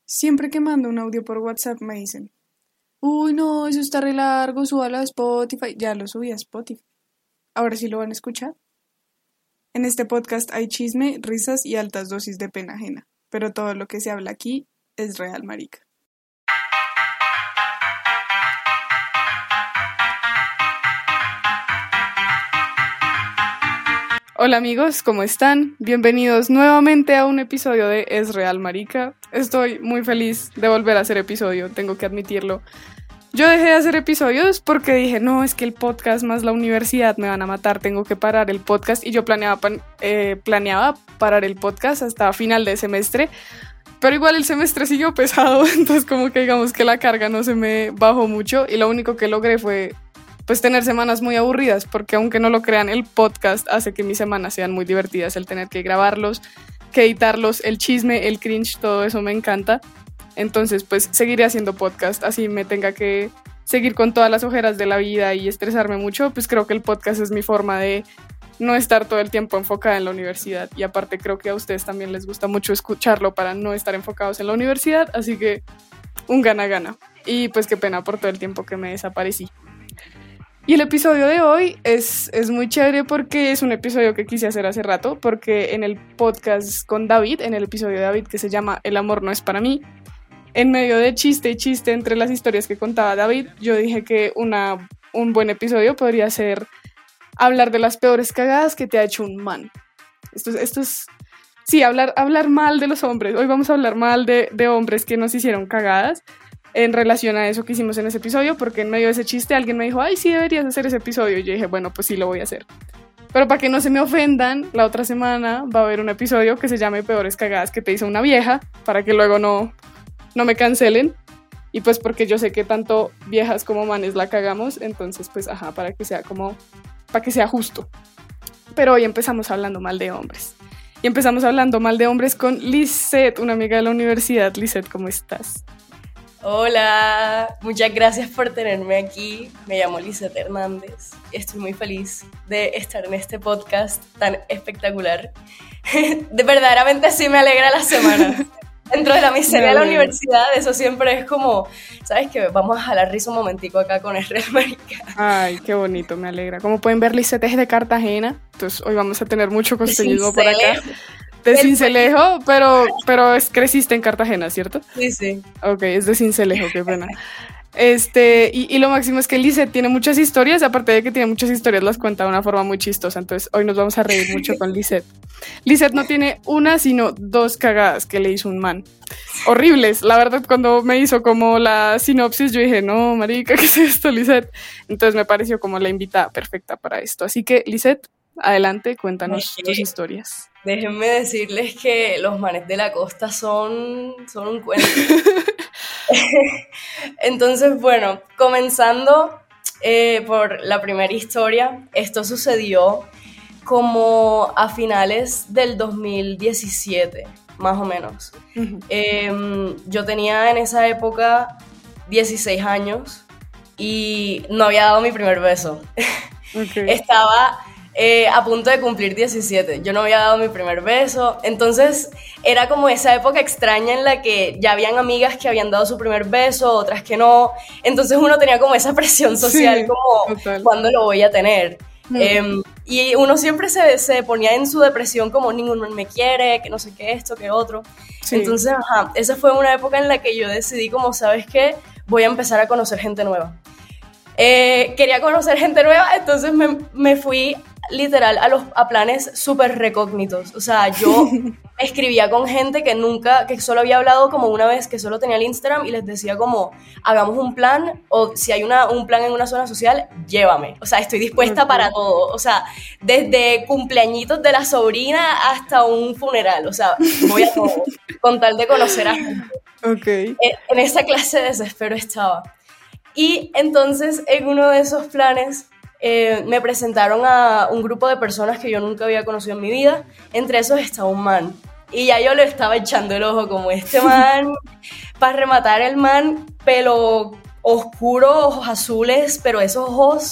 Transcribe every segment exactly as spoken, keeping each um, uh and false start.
Siempre que mando un audio por WhatsApp me dicen, uy, no, eso está re largo, súbalo a Spotify. Ya lo subí a Spotify. Ahora sí lo van a escuchar. En este podcast hay chisme, risas y altas dosis de pena ajena. Pero todo lo que se habla aquí es real, marica. Hola amigos, ¿cómo están? Bienvenidos nuevamente a un episodio de Es Real, Marica. Estoy muy feliz de volver a hacer episodio, tengo que admitirlo. Yo dejé de hacer episodios porque dije, no, es que el podcast más la universidad me van a matar, tengo que parar el podcast. Y yo planeaba, pan, eh, planeaba parar el podcast hasta final de semestre, pero igual el semestre siguió pesado, entonces como que digamos que la carga no se me bajó mucho y lo único que logré fue pues tener semanas muy aburridas, porque aunque no lo crean, el podcast hace que mis semanas sean muy divertidas, el tener que grabarlos, que editarlos, el chisme, el cringe, todo eso me encanta. Entonces pues seguiré haciendo podcast, así me tenga que seguir con todas las ojeras de la vida y estresarme mucho, pues creo que el podcast es mi forma de no estar todo el tiempo enfocada en la universidad, y aparte creo que a ustedes también les gusta mucho escucharlo para no estar enfocados en la universidad, así que un gana-gana. Y pues qué pena por todo el tiempo que me desaparecí. Y el episodio de hoy es, es muy chévere porque es un episodio que quise hacer hace rato, porque en el podcast con David, en el episodio de David que se llama El amor no es para mí, en medio de chiste y chiste entre las historias que contaba David, yo dije que una, un buen episodio podría ser hablar de las peores cagadas que te ha hecho un man. Esto, esto es, sí, hablar, hablar mal de los hombres. Hoy vamos a hablar mal de, de hombres que nos hicieron cagadas en relación a eso que hicimos en ese episodio, porque en medio de ese chiste alguien me dijo, ay, sí, deberías hacer ese episodio, y yo dije, bueno, pues sí, lo voy a hacer. Pero para que no se me ofendan, la otra semana va a haber un episodio que se llame Peores cagadas que te hizo una vieja, para que luego no, no me cancelen, y pues porque yo sé que tanto viejas como manes la cagamos, entonces pues ajá, para que sea como, para que sea justo. Pero hoy empezamos hablando mal de hombres, y empezamos hablando mal de hombres con Lisette, una amiga de la universidad. Lisette, ¿cómo estás? Hola, muchas gracias por tenerme aquí. Me llamo Lisette Hernández. Estoy muy feliz de estar en este podcast tan espectacular. De verdaderamente sí me alegra la semana. Dentro de la miseria de la universidad, eso siempre es como, ¿sabes qué? Vamos a jalar risa un momentico acá con el Real Marica. Ay, qué bonito, me alegra. Como pueden ver, Lisette es de Cartagena, entonces hoy vamos a tener mucho costeñismo por acá. De Sincelejo, pero, pero es, creciste en Cartagena, ¿cierto? Sí, sí. Ok, es de Sincelejo, qué pena. Este, y, y lo máximo es que Lisette tiene muchas historias, aparte de que tiene muchas historias, las cuenta de una forma muy chistosa, entonces hoy nos vamos a reír mucho con Lisette. Lisette no tiene una, sino dos cagadas que le hizo un man. Horribles, la verdad, cuando me hizo como la sinopsis, yo dije, no, marica, ¿qué es esto, Lisette? Entonces me pareció como la invitada perfecta para esto. Así que, Lisette, adelante, cuéntanos Okay. tus historias. Déjenme decirles que los manes de la costa son, son un cuento. Entonces, bueno, comenzando eh, por la primera historia, esto sucedió como a finales del dos mil diecisiete, más o menos. Uh-huh. Eh, yo tenía en esa época dieciséis años y no había dado mi primer beso. Okay. Estaba eh, a punto de cumplir diecisiete, yo no había dado mi primer beso, entonces era como esa época extraña en la que ya habían amigas que habían dado su primer beso, otras que no, entonces uno tenía como esa presión social, sí, como total. ¿Cuándo lo voy a tener? Mm. Eh, y uno siempre se, se ponía en su depresión como ninguno me quiere, que no sé qué esto, que otro, sí. Entonces ajá, esa fue una época en la que yo decidí como, ¿sabes qué? Voy a empezar a conocer gente nueva. Eh, quería conocer gente nueva, entonces me, me fui literal a los a planes súper recógnitos. O sea, yo escribía con gente que nunca, que solo había hablado como una vez, que solo tenía el Instagram, y les decía como, hagamos un plan, o si hay una, un plan en una zona social, llévame. O sea, estoy dispuesta okay. para todo. O sea, desde cumpleañitos de la sobrina hasta un funeral. O sea, voy a todo, con tal de conocer a gente. Okay. En esa clase de desespero estaba. Y entonces, en uno de esos planes, eh, me presentaron a un grupo de personas que yo nunca había conocido en mi vida. Entre esos estaba un man. Y ya yo le estaba echando el ojo como este man, para rematar el man, pelo oscuro, ojos azules, pero esos ojos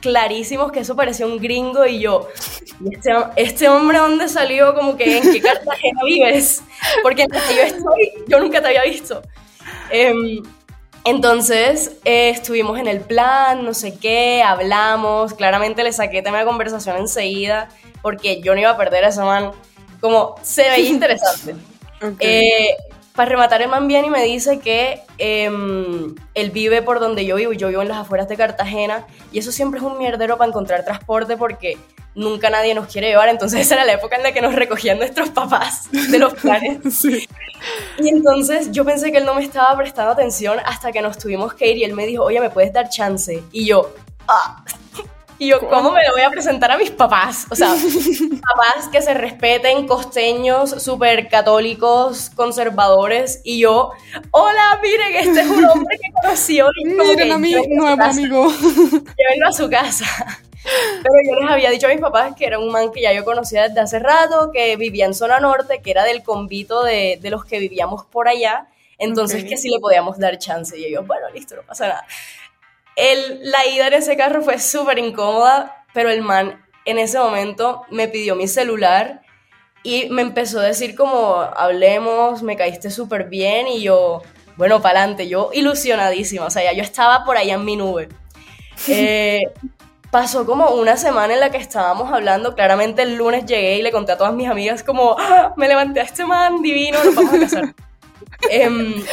clarísimos que eso parecía un gringo y yo, ¿y este, este hombre dónde salió? Como que ¿en qué Cartagena vives? Porque en la que yo estoy, yo nunca te había visto. Eh, entonces eh, estuvimos en el plan, no sé qué, hablamos, claramente le saqué tema de conversación enseguida porque yo no iba a perder a ese man, como se veía interesante. Okay. Eh, para rematar, el man viene y me dice que eh, él vive por donde yo vivo, yo vivo en las afueras de Cartagena, y eso siempre es un mierdero para encontrar transporte porque nunca nadie nos quiere llevar, entonces esa era la época en la que nos recogían nuestros papás de los planes. Sí. Y entonces yo pensé que él no me estaba prestando atención hasta que nos tuvimos que ir y él me dijo, oye, ¿me puedes dar chance? Y yo, ah... Y yo, ¿cómo me lo voy a presentar a mis papás? O sea, papás que se respeten, costeños, súper católicos, conservadores. Y yo, hola, miren, este es un hombre que conocí hoy. Miren a mi nuevo amigo. Llévenlo a su casa. Pero yo les había dicho a mis papás que era un man que ya yo conocía desde hace rato, que vivía en zona norte, que era del convito de, de los que vivíamos por allá. Entonces, okay, que sí le podíamos dar chance. Y yo, bueno, listo, no pasa nada. El, la ida en ese carro fue súper incómoda, pero el man en ese momento me pidió mi celular y me empezó a decir como, hablemos, me caíste súper bien, y yo, bueno, pa'lante, yo ilusionadísima, o sea, ya yo estaba por allá en mi nube. Eh, pasó como una semana en la que estábamos hablando, claramente el lunes llegué y le conté a todas mis amigas como, ¡ah! Me levanté a este man divino, nos vamos a casar. eh,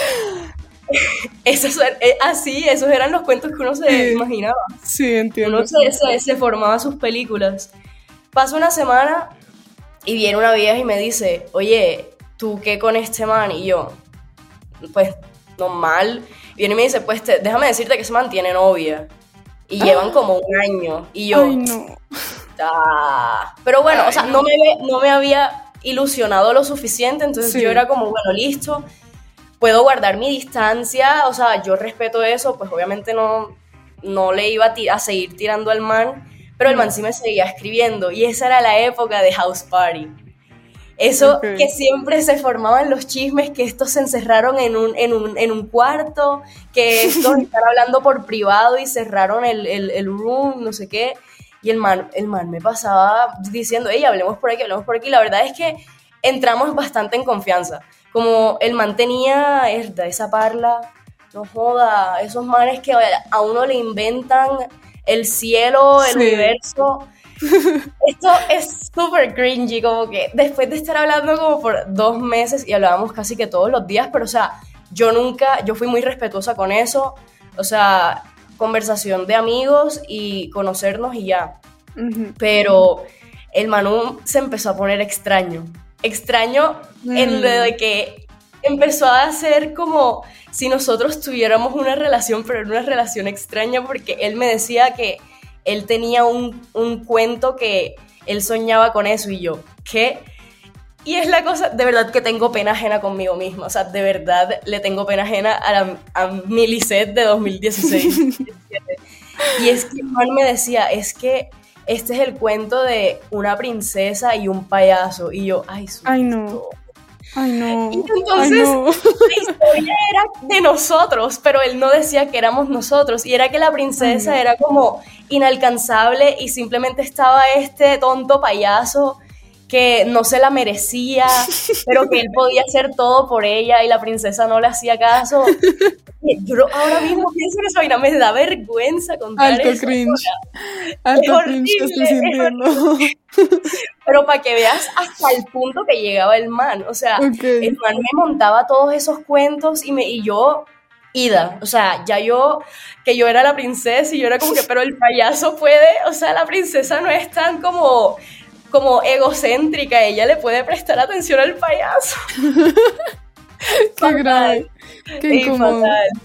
Esos, así, esos eran los cuentos que uno se sí, imaginaba. Sí, entiendo. Uno se, se, se formaba sus películas. Pasa una semana y viene una vieja y me dice, oye, ¿tú qué con este man? Y yo, pues, normal. Viene y me dice, pues, te, déjame decirte que ese man tiene novia. Y ah. llevan como un año. Y yo, ay, no. Ah. Pero bueno, ay, o sea, no. No, me, no me había ilusionado lo suficiente, entonces sí. Yo era como, bueno, listo. Puedo guardar mi distancia, o sea, yo respeto eso, pues obviamente no, no le iba a, ti- a seguir tirando al man, pero el man sí me seguía escribiendo, y esa era la época de House Party. Eso okay. Que siempre se formaban los chismes, que estos se encerraron en un, en un, en un cuarto, que estos están hablando por privado y cerraron el, el, el room, no sé qué, y el man, el man me pasaba diciendo, hey, hablemos por aquí, hablemos por aquí. La verdad es que entramos bastante en confianza. Como el man tenía esa parla, no joda, esos manes que a uno le inventan el cielo, el sí. universo. Esto es súper cringy, como que después de estar hablando como por dos meses y hablábamos casi que todos los días, pero o sea, yo nunca, yo fui muy respetuosa con eso, o sea, conversación de amigos y conocernos y ya. Uh-huh. Pero el Manu se empezó a poner extraño. Extraño mm. en lo de que empezó a hacer como si nosotros tuviéramos una relación, pero era una relación extraña, porque él me decía que él tenía un, un cuento que él soñaba con eso, y yo, ¿qué? Y es la cosa, de verdad que tengo pena ajena conmigo misma, o sea, de verdad le tengo pena ajena a, la, a mi Lisette de dos mil dieciséis. Y es que Juan me decía, es que este es el cuento de una princesa y un payaso. Y yo, ay, susto. Ay, no. Ay, no. Y entonces, ay, no. La historia era de nosotros, pero él no decía que éramos nosotros. Y era que la princesa ay, no. era como inalcanzable y simplemente estaba este tonto payaso que no se la merecía, pero que él podía hacer todo por ella y la princesa no le hacía caso. Yo ahora mismo pienso que esa vaina me da vergüenza contar alto eso. Cringe. Alto horrible, cringe que estoy sintiendo. Pero para que veas hasta el punto que llegaba el man, o sea, okay. El man me montaba todos esos cuentos y, me, y yo, ida, o sea, ya yo, que yo era la princesa y yo era como que, pero el payaso puede, o sea, la princesa no es tan como... como egocéntrica, ella le puede prestar atención al payaso. Qué grave, qué incómodo.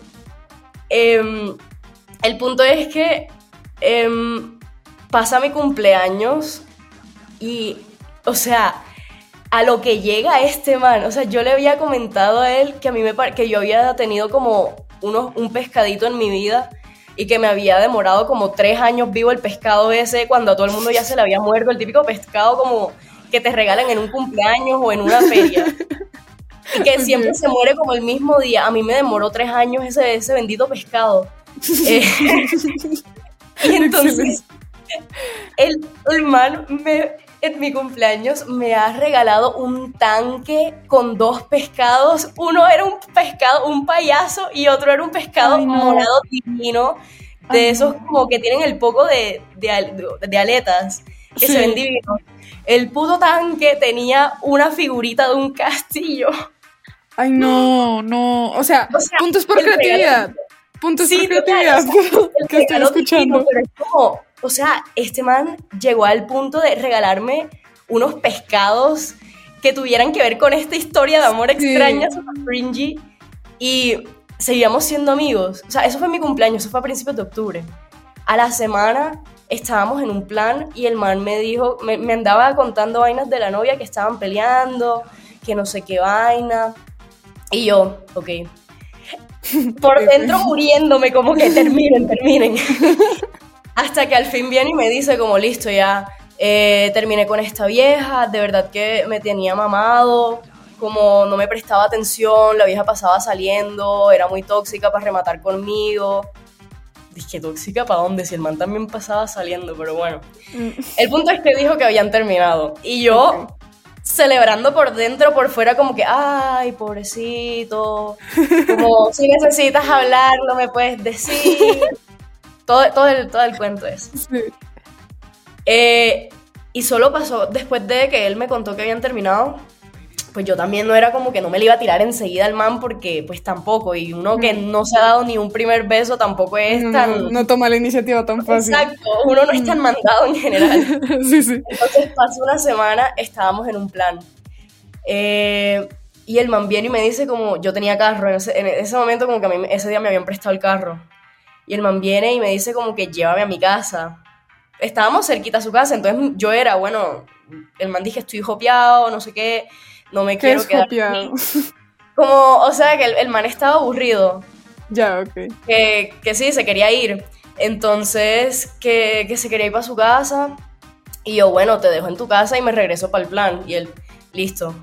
Eh, el punto es que eh, pasa mi cumpleaños y, o sea, a lo que llega este man, o sea, yo le había comentado a él que a mí me par- que yo había tenido como unos, un pescadito en mi vida y que me había demorado como tres años vivo el pescado ese, cuando a todo el mundo ya se le había muerto, el típico pescado como que te regalan en un cumpleaños o en una feria, y que okay. siempre se muere como el mismo día. A mí me demoró tres años ese, ese bendito pescado. Eh, y entonces, El, el man me, en mi cumpleaños me ha regalado un tanque con dos pescados. Uno era un pescado, un payaso, y otro era un pescado Ay, no. morado divino, de Ay, esos no. como que tienen el poco de, de, al- de aletas, que Sí. se ven divinos. El puto tanque tenía una figurita de un castillo. Ay, no, no. O sea, O sea, puntos por el regalo- creatividad. Puntos Sí, por total, creatividad. o sea, el que estoy regalo divino, escuchando. pero es como, o sea, este man llegó al punto de regalarme unos pescados que tuvieran que ver con esta historia de amor Sí. extraña, super cringy, y seguíamos siendo amigos. O sea, eso fue mi cumpleaños, eso fue a principios de octubre. A la semana estábamos en un plan y el man me dijo, me, me andaba contando vainas de la novia que estaban peleando, que no sé qué vaina, y yo, ok, por dentro muriéndome, como que terminen, terminen. Hasta que al fin viene y me dice como, listo, ya eh, terminé con esta vieja, de verdad que me tenía mamado, como no me prestaba atención, la vieja pasaba saliendo, era muy tóxica para rematar conmigo. Dije, ¿tóxica para dónde? Si el man también pasaba saliendo, pero bueno. Mm. El punto es que dijo que habían terminado. Y yo, Ok. celebrando por dentro, por fuera, como que, ay, pobrecito, como si necesitas hablar, no me puedes decir. Todo, todo, el, todo el cuento es. Sí. Eh, y solo pasó después de que él me contó que habían terminado, pues yo también no era como que no me le iba a tirar enseguida al man, porque pues tampoco, y uno que no se ha dado ni un primer beso tampoco es No, tan... no, no toma la iniciativa tan fácil. Exacto, uno no es tan mandado en general. Sí, sí. Entonces pasó una semana, estábamos en un plan. Eh, y el man viene y me dice como, yo tenía carro, en ese, en ese momento como que a mí ese día me habían prestado el carro. Y el man viene y me dice como que llévame a mi casa. Estábamos cerquita a su casa, entonces yo era, bueno, el man dije estoy jopeado, no sé qué, no me ¿Qué quiero es quedar copiado? aquí. Como, o sea, que el, el man estaba aburrido, Ya, ok. que, que sí, se quería ir. Entonces, que, que se quería ir para su casa. Y yo, bueno, te dejo en tu casa y me regreso para el plan. Y él, listo.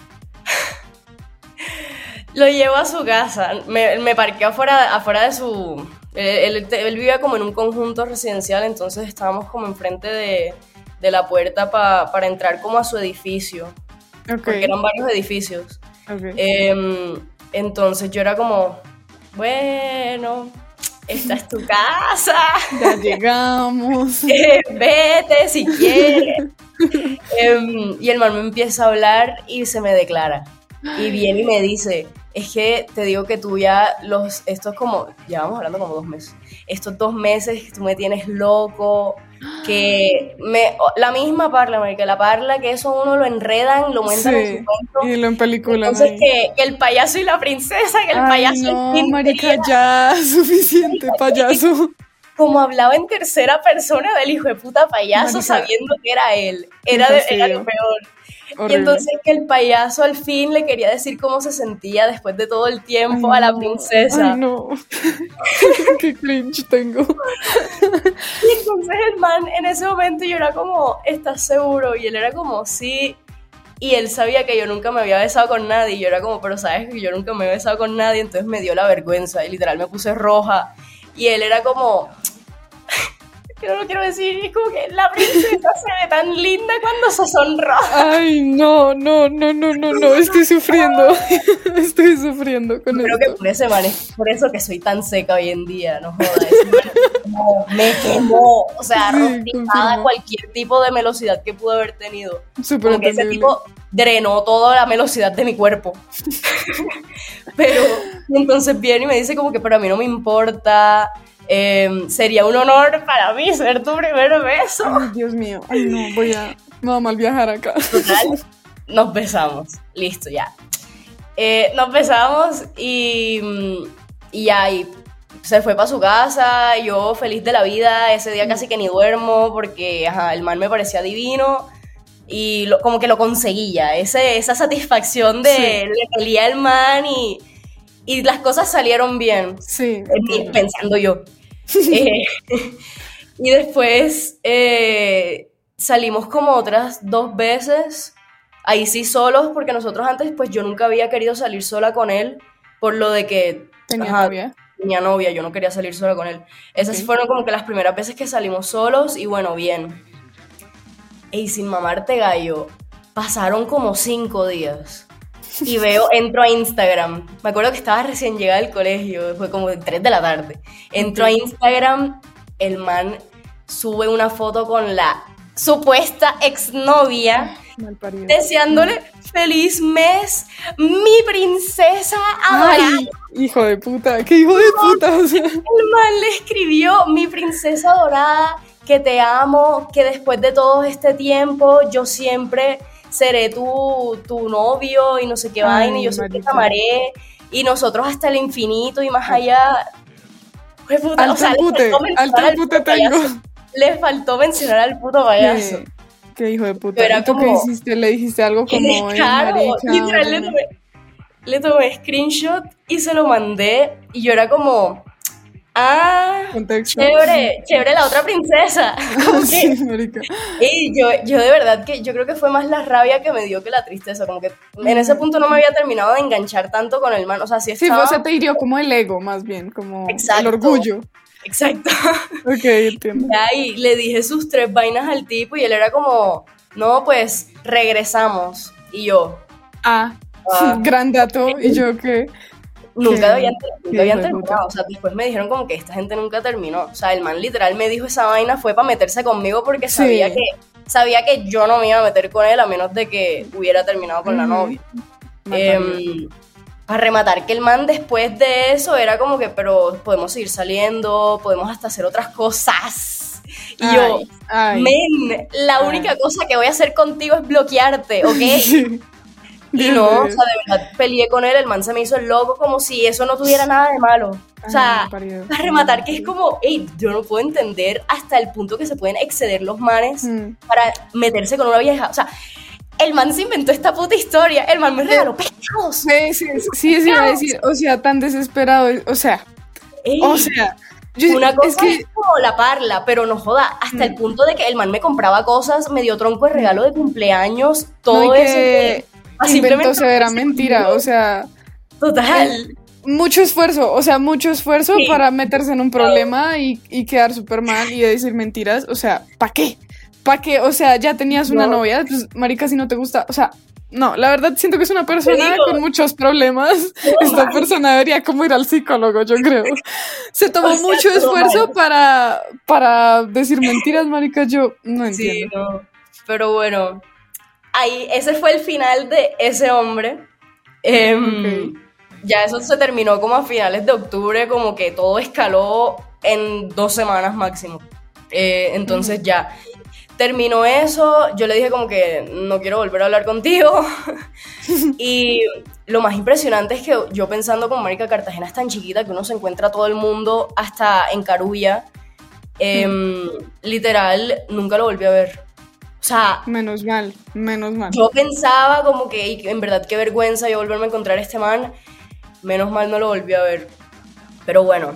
Lo llevo a su casa. Me, me parqué afuera, afuera de su... Él, él, él vivía como en un conjunto residencial, entonces estábamos como enfrente de, de la puerta pa, para entrar como a su edificio. Ok. Porque eran varios edificios. Ok. Eh, entonces yo era como, bueno, esta es tu casa. Ya llegamos. Eh, vete si quieres. Eh, y el man me empieza a hablar y se me declara. Y viene y me dice, es que te digo que tú ya los, estos como, ya vamos hablando como dos meses, estos dos meses que tú me tienes loco, que me, la misma parla, marica, la parla que eso uno lo enredan, lo montan en Sí. su cuento. Y lo empeliculan Entonces ahí. que, que el payaso y la princesa, que el Ay, payaso no, al fin marica, tenía- ya, suficiente, payaso. como hablaba en tercera persona del hijo de puta payaso, Marica, sabiendo que era él, qué era, de, era fastidio. lo peor. Y Horrible. entonces que el payaso al fin le quería decir cómo se sentía después de todo el tiempo Ay, a la no, princesa. Ay, no. Qué cringe tengo. Y entonces el man en ese momento yo era como, ¿estás seguro? Y él era como, sí. Y él sabía que yo nunca me había besado con nadie. Y yo era como, pero sabes que yo nunca me he besado con nadie. Entonces me dio la vergüenza y literal me puse roja. Y él era como, que no lo quiero decir, y es como que la princesa se ve tan linda cuando se sonroja. Ay, no, no, no, no, no, no. Estoy sufriendo. Estoy sufriendo con Creo que esto. por ese man es por eso que soy tan seca hoy en día, no jodas. Ese man como me quemó, o sea, Sí, rostizada confirmo. cualquier tipo de melosidad que pudo haber tenido. Súper Como que ese entendible. tipo drenó toda la melosidad de mi cuerpo. Pero y entonces viene y me dice como que, pero a mí no me importa, eh, sería un honor para mí ser tu primer beso. Ay, Dios mío. Ay, no, voy a... Me va a mal viajar acá. Total, nos besamos, listo, ya. Eh, nos besamos y, y ya, y se fue para su casa, yo feliz de la vida, ese día casi que ni duermo porque ajá, el man me parecía divino y lo- como que lo conseguía, ese, esa satisfacción de Sí. le pelía al man y, y las cosas salieron bien, Sí. eh, pensando yo. Eh, y después eh, salimos como otras dos veces, ahí sí solos, porque nosotros antes, pues yo nunca había querido salir sola con él, por lo de que Tenía ajá, novia. tenía novia, yo no quería salir sola con él. Esas Ok. fueron como que las primeras veces que salimos solos y bueno, bien. Ey, sin mamarte gallo, pasaron como cinco días. Y veo, entro a Instagram. Me acuerdo que estaba recién llegada del colegio, fue como de tres de la tarde. Entro a Instagram, el man sube una foto con la supuesta exnovia, Mal parido. deseándole feliz mes, mi princesa adorada. Ay, hijo de puta, qué hijo de puta, o sea. El man le escribió, mi princesa dorada, que te amo, que después de todo este tiempo yo siempre seré tu, tu novio y no sé qué Ay, vaina, y yo siempre te marica. amaré, y nosotros hasta el infinito y más allá. Jue puta, Alto o sea, le pute, faltó mencionar alto al pute puto tengo. payaso. Le faltó mencionar al puto payaso. Qué, qué hijo de puta. Era ¿Y tú como- qué hiciste? ¿Le dijiste algo ¡Qué como, "Ey, descaro! marica, Literal, le óyeme"? tomé, le tomé screenshot y se lo mandé, y yo era como, ah, Contexto. chévere, chévere la otra princesa. Como que, Sí, marica. y yo, yo de verdad que yo creo que fue más la rabia que me dio que la tristeza, como que en ese punto no me había terminado de enganchar tanto con el man, o sea, sí Sí, estaba... o sea, te hirió como el ego, más bien, como Exacto. el orgullo. Exacto. Ok, entiendo. Ya, y le dije sus tres vainas al tipo y él era como, no, pues regresamos. Y yo, Ah, Ah. gran dato. ¿Y yo qué? nunca Qué- habían, qué nunca habían hijo de puta. terminado. O sea, después me dijeron como que esta gente nunca terminó. O sea, el man literal me dijo esa vaina fue para meterse conmigo porque Sí. sabía que sabía que yo no me iba a meter con él a menos de que hubiera terminado con la Ujú. novia. Mal Em, parido. para rematar que el man después de eso era como que, pero podemos seguir saliendo, podemos hasta hacer otras cosas. Y yo, Ay, ay. men, la Ay. única cosa que voy a hacer contigo es bloquearte, ¿ok? Sí. Y Dios no, o mío. sea, de verdad, peleé con él, el man se me hizo el loco como si eso no tuviera nada de malo. O Ay, sea, mal parido. para rematar que es como, hey, yo no puedo entender hasta el punto que se pueden exceder los manes Mm. para meterse con una vieja. O sea, el man se inventó esta puta historia, el man me regaló pescados. Sí, sí, sí, sí, iba a decir, o sea, tan desesperado, o sea, Ey, o sea, yo, una cosa es que, es como la parla, pero no joda, hasta el punto de que el man me compraba cosas, me dio tronco de regalo de cumpleaños, todo no, y eso. que Ah, inventó simplemente severa me- mentira, o sea, Total. mucho esfuerzo, o sea, mucho esfuerzo Sí. para meterse en un problema y, y quedar súper mal y decir mentiras, o sea, ¿para qué? ¿Para qué? O sea, ya tenías una No. novia, pues, marica, si no te gusta, o sea, no, la verdad siento que es una persona digo. con muchos problemas. Esta persona debería como ir al psicólogo, yo creo. Se tomó O sea, mucho todo esfuerzo mal. para, para decir mentiras, marica, yo no Sí, entiendo. no. Pero bueno, ahí, ese fue el final de ese hombre. Em, Ok. Ya eso se terminó como a finales de octubre, como que todo escaló en dos semanas máximo. Eh, entonces ya terminó eso, yo le dije como que no quiero volver a hablar contigo. Y lo más impresionante es que yo pensando como marica, Cartagena es tan chiquita que uno se encuentra a todo el mundo hasta en Carulla. Em, literal, nunca lo volví a ver. O sea, Menos mal, menos mal. yo pensaba como que "Ey, en verdad qué vergüenza yo volverme a encontrar a este man". Menos mal no lo volví a ver. Pero bueno,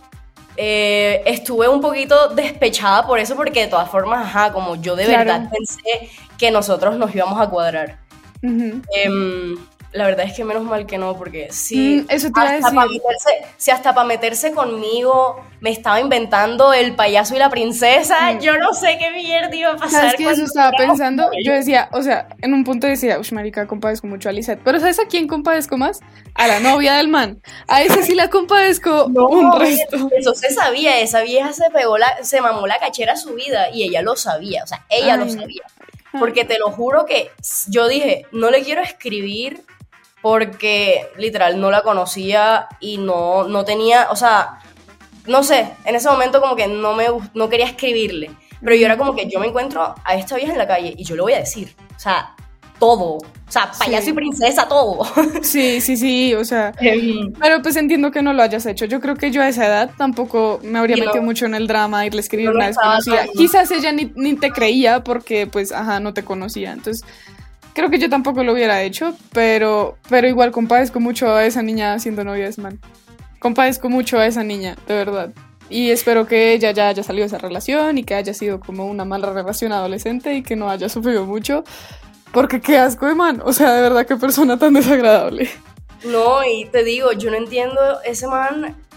eh, estuve un poquito despechada por eso porque de todas formas, ajá, como yo de Claro. verdad pensé que nosotros nos íbamos a cuadrar. Ujú. Em, la verdad es que menos mal que no, porque sí, Mm, eso te iba a hasta para decir. meterse, si hasta para meterse conmigo me estaba inventando el payaso y la princesa, Mm. yo no sé qué mierda iba a pasar. ¿Sabes qué? Eso cuando estaba fuéramos pensando. con Yo ellos. decía, o sea, en un punto decía, uff, marica, compadezco mucho a Lisette. Pero ¿sabes a quién compadezco más? A la novia del man. A esa sí la compadezco No, un resto. eso se sabía, esa vieja se pegó la, se mamó la cachera a su vida y ella lo sabía, o sea, ella Ay. lo sabía. Porque te lo juro que yo dije, no le quiero escribir porque literal no la conocía y no, no tenía, o sea, no sé, en ese momento como que no me gust- no quería escribirle, pero yo era como que yo me encuentro a esta vieja en la calle y yo le voy a decir, o sea, todo, o sea, payaso Sí. y princesa, todo. Sí, sí, sí, o sea. Em, Pero pues entiendo que no lo hayas hecho. Yo creo que yo a esa edad tampoco me habría Sí, no. metido mucho en el drama, irle a escribir No lo una estaba desconocida. haciendo. Quizás ella ni, ni te creía porque, pues, ajá, no te conocía. Entonces, creo que yo tampoco lo hubiera hecho, pero, pero igual compadezco mucho a esa niña siendo novia de ese man. Compadezco mucho a esa niña, de verdad. Y espero que ella ya haya salido de esa relación y que haya sido como una mala relación adolescente y que no haya sufrido mucho. Porque qué asco de man. O sea, de verdad, qué persona tan desagradable. No, y te digo, yo no entiendo ese man.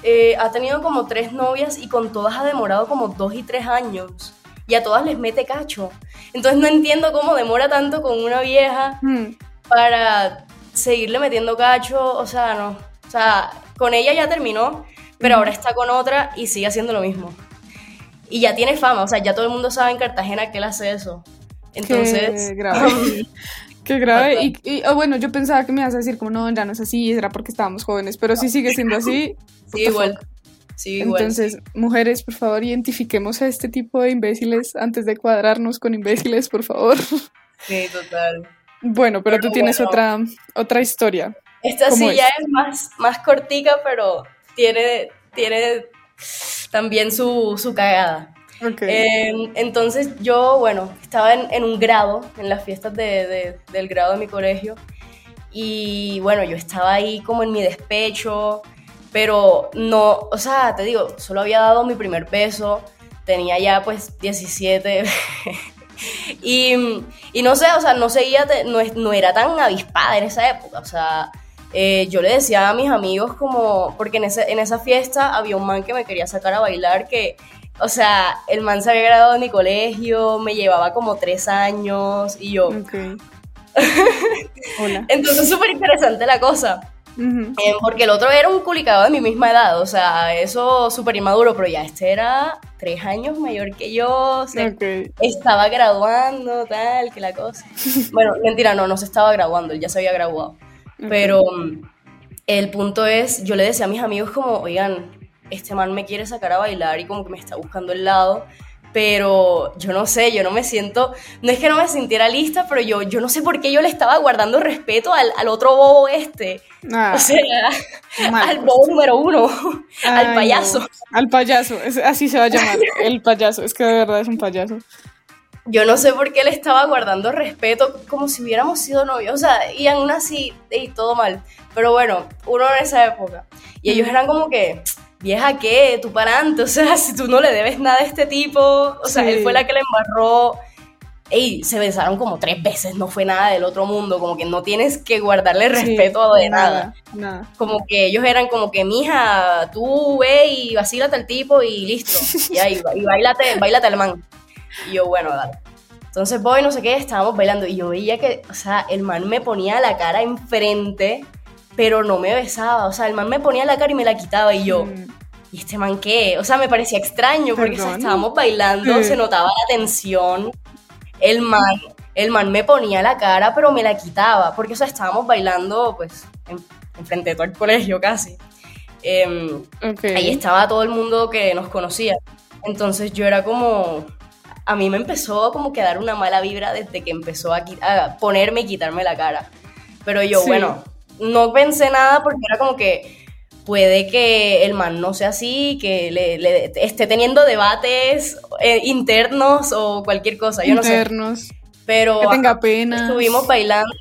eh, ha tenido como tres novias y con todas ha demorado como dos y tres años. Y a todas les mete cacho. Entonces no entiendo cómo demora tanto con una vieja Mm. para seguirle metiendo cacho. O sea, no. O sea, con ella ya terminó, pero Mm. ahora está con otra y sigue haciendo lo mismo. Y ya tiene fama, o sea, ya todo el mundo sabe en Cartagena que él hace eso. Entonces, Qué grave. Qué grave. Y, y oh, bueno, yo pensaba que me ibas a decir como no, ya no es así, era porque estábamos jóvenes, pero si sigue siendo así, what sí, the igual. fuck. Sí, igual. Entonces, mujeres, por favor, identifiquemos a este tipo de imbéciles antes de cuadrarnos con imbéciles, por favor. Sí, total. Bueno, pero, Pero tú tienes bueno. otra, otra historia. Esta ¿Cómo sí ya es? es más, más cortica, pero tiene, tiene también su, su cagada. Ok. Eh, entonces yo, bueno, estaba en, en un grado, en las fiestas de, de- del grado de mi colegio, y bueno, yo estaba ahí como en mi despecho, pero no, o sea, te digo, solo había dado mi primer beso, tenía ya pues diecisiete, y, y no sé, o sea, no seguía, te- no, es- no era tan avispada en esa época, o sea, eh, yo le decía a mis amigos como, porque en, ese, en esa fiesta había un man que me quería sacar a bailar, que, o sea, el man se había graduado de mi colegio, me llevaba como tres años, y yo, Ok. Hola. entonces súper interesante la cosa. Ujú. Eh, porque el otro era un culicado de mi misma edad, o sea, eso súper inmaduro, pero ya este era tres años mayor que yo, se Ok. estaba graduando, tal, que la cosa. Bueno, mentira, no, no se estaba graduando, él ya se había graduado. Ok. Pero mm, el punto es, yo le decía a mis amigos como, oigan, este man me quiere sacar a bailar y como que me está buscando el lado, pero yo no sé, yo no me siento, no es que no me sintiera lista, pero yo, yo no sé por qué yo le estaba guardando respeto al, al otro bobo este. Ah, O sea, mal, al pues. bobo número uno, Ay, al payaso. no. Al payaso, es- así se va a llamar, el payaso, es que de verdad es un payaso. Yo no sé por qué le estaba guardando respeto como si hubiéramos sido novios, o sea, y aún así, y todo mal. Pero bueno, uno en esa época. Y ellos eran como que, vieja, ¿qué? Tú para adelante, o sea, si tú no le debes nada a este tipo, o sea, Sí. él fue la que le embarró. Ey, se besaron como tres veces, no fue nada del otro mundo, como que no tienes que guardarle respeto Sí, de nada. Nada. Como que ellos eran como que, mija, tú ve y vacílate al tipo y listo. Y ahí, y bailate, bailate al man. Y yo, bueno, dale. Entonces voy, no sé qué, estábamos bailando. Y yo veía que, o sea, el man me ponía la cara enfrente, pero no me besaba. O sea, el man me ponía la cara y me la quitaba. Y yo, Mm, ¿y este man qué? O sea, me parecía extraño porque o sea, Perdón. estábamos bailando, Sí. se notaba la tensión. El man, el man me ponía la cara, pero me la quitaba. Porque, o sea, estábamos bailando, pues, en, enfrente de todo el colegio casi. Em, ok. Ahí estaba todo el mundo que nos conocía. Entonces yo era como, a mí me empezó como que a dar una mala vibra desde que empezó a, qui- a ponerme y quitarme la cara. Pero yo, Sí. bueno, no pensé nada porque era como que puede que el man no sea así, que le, le esté teniendo debates eh, internos o cualquier cosa, yo no sé. Internos, Pero que tenga ajá, pena. estuvimos bailando.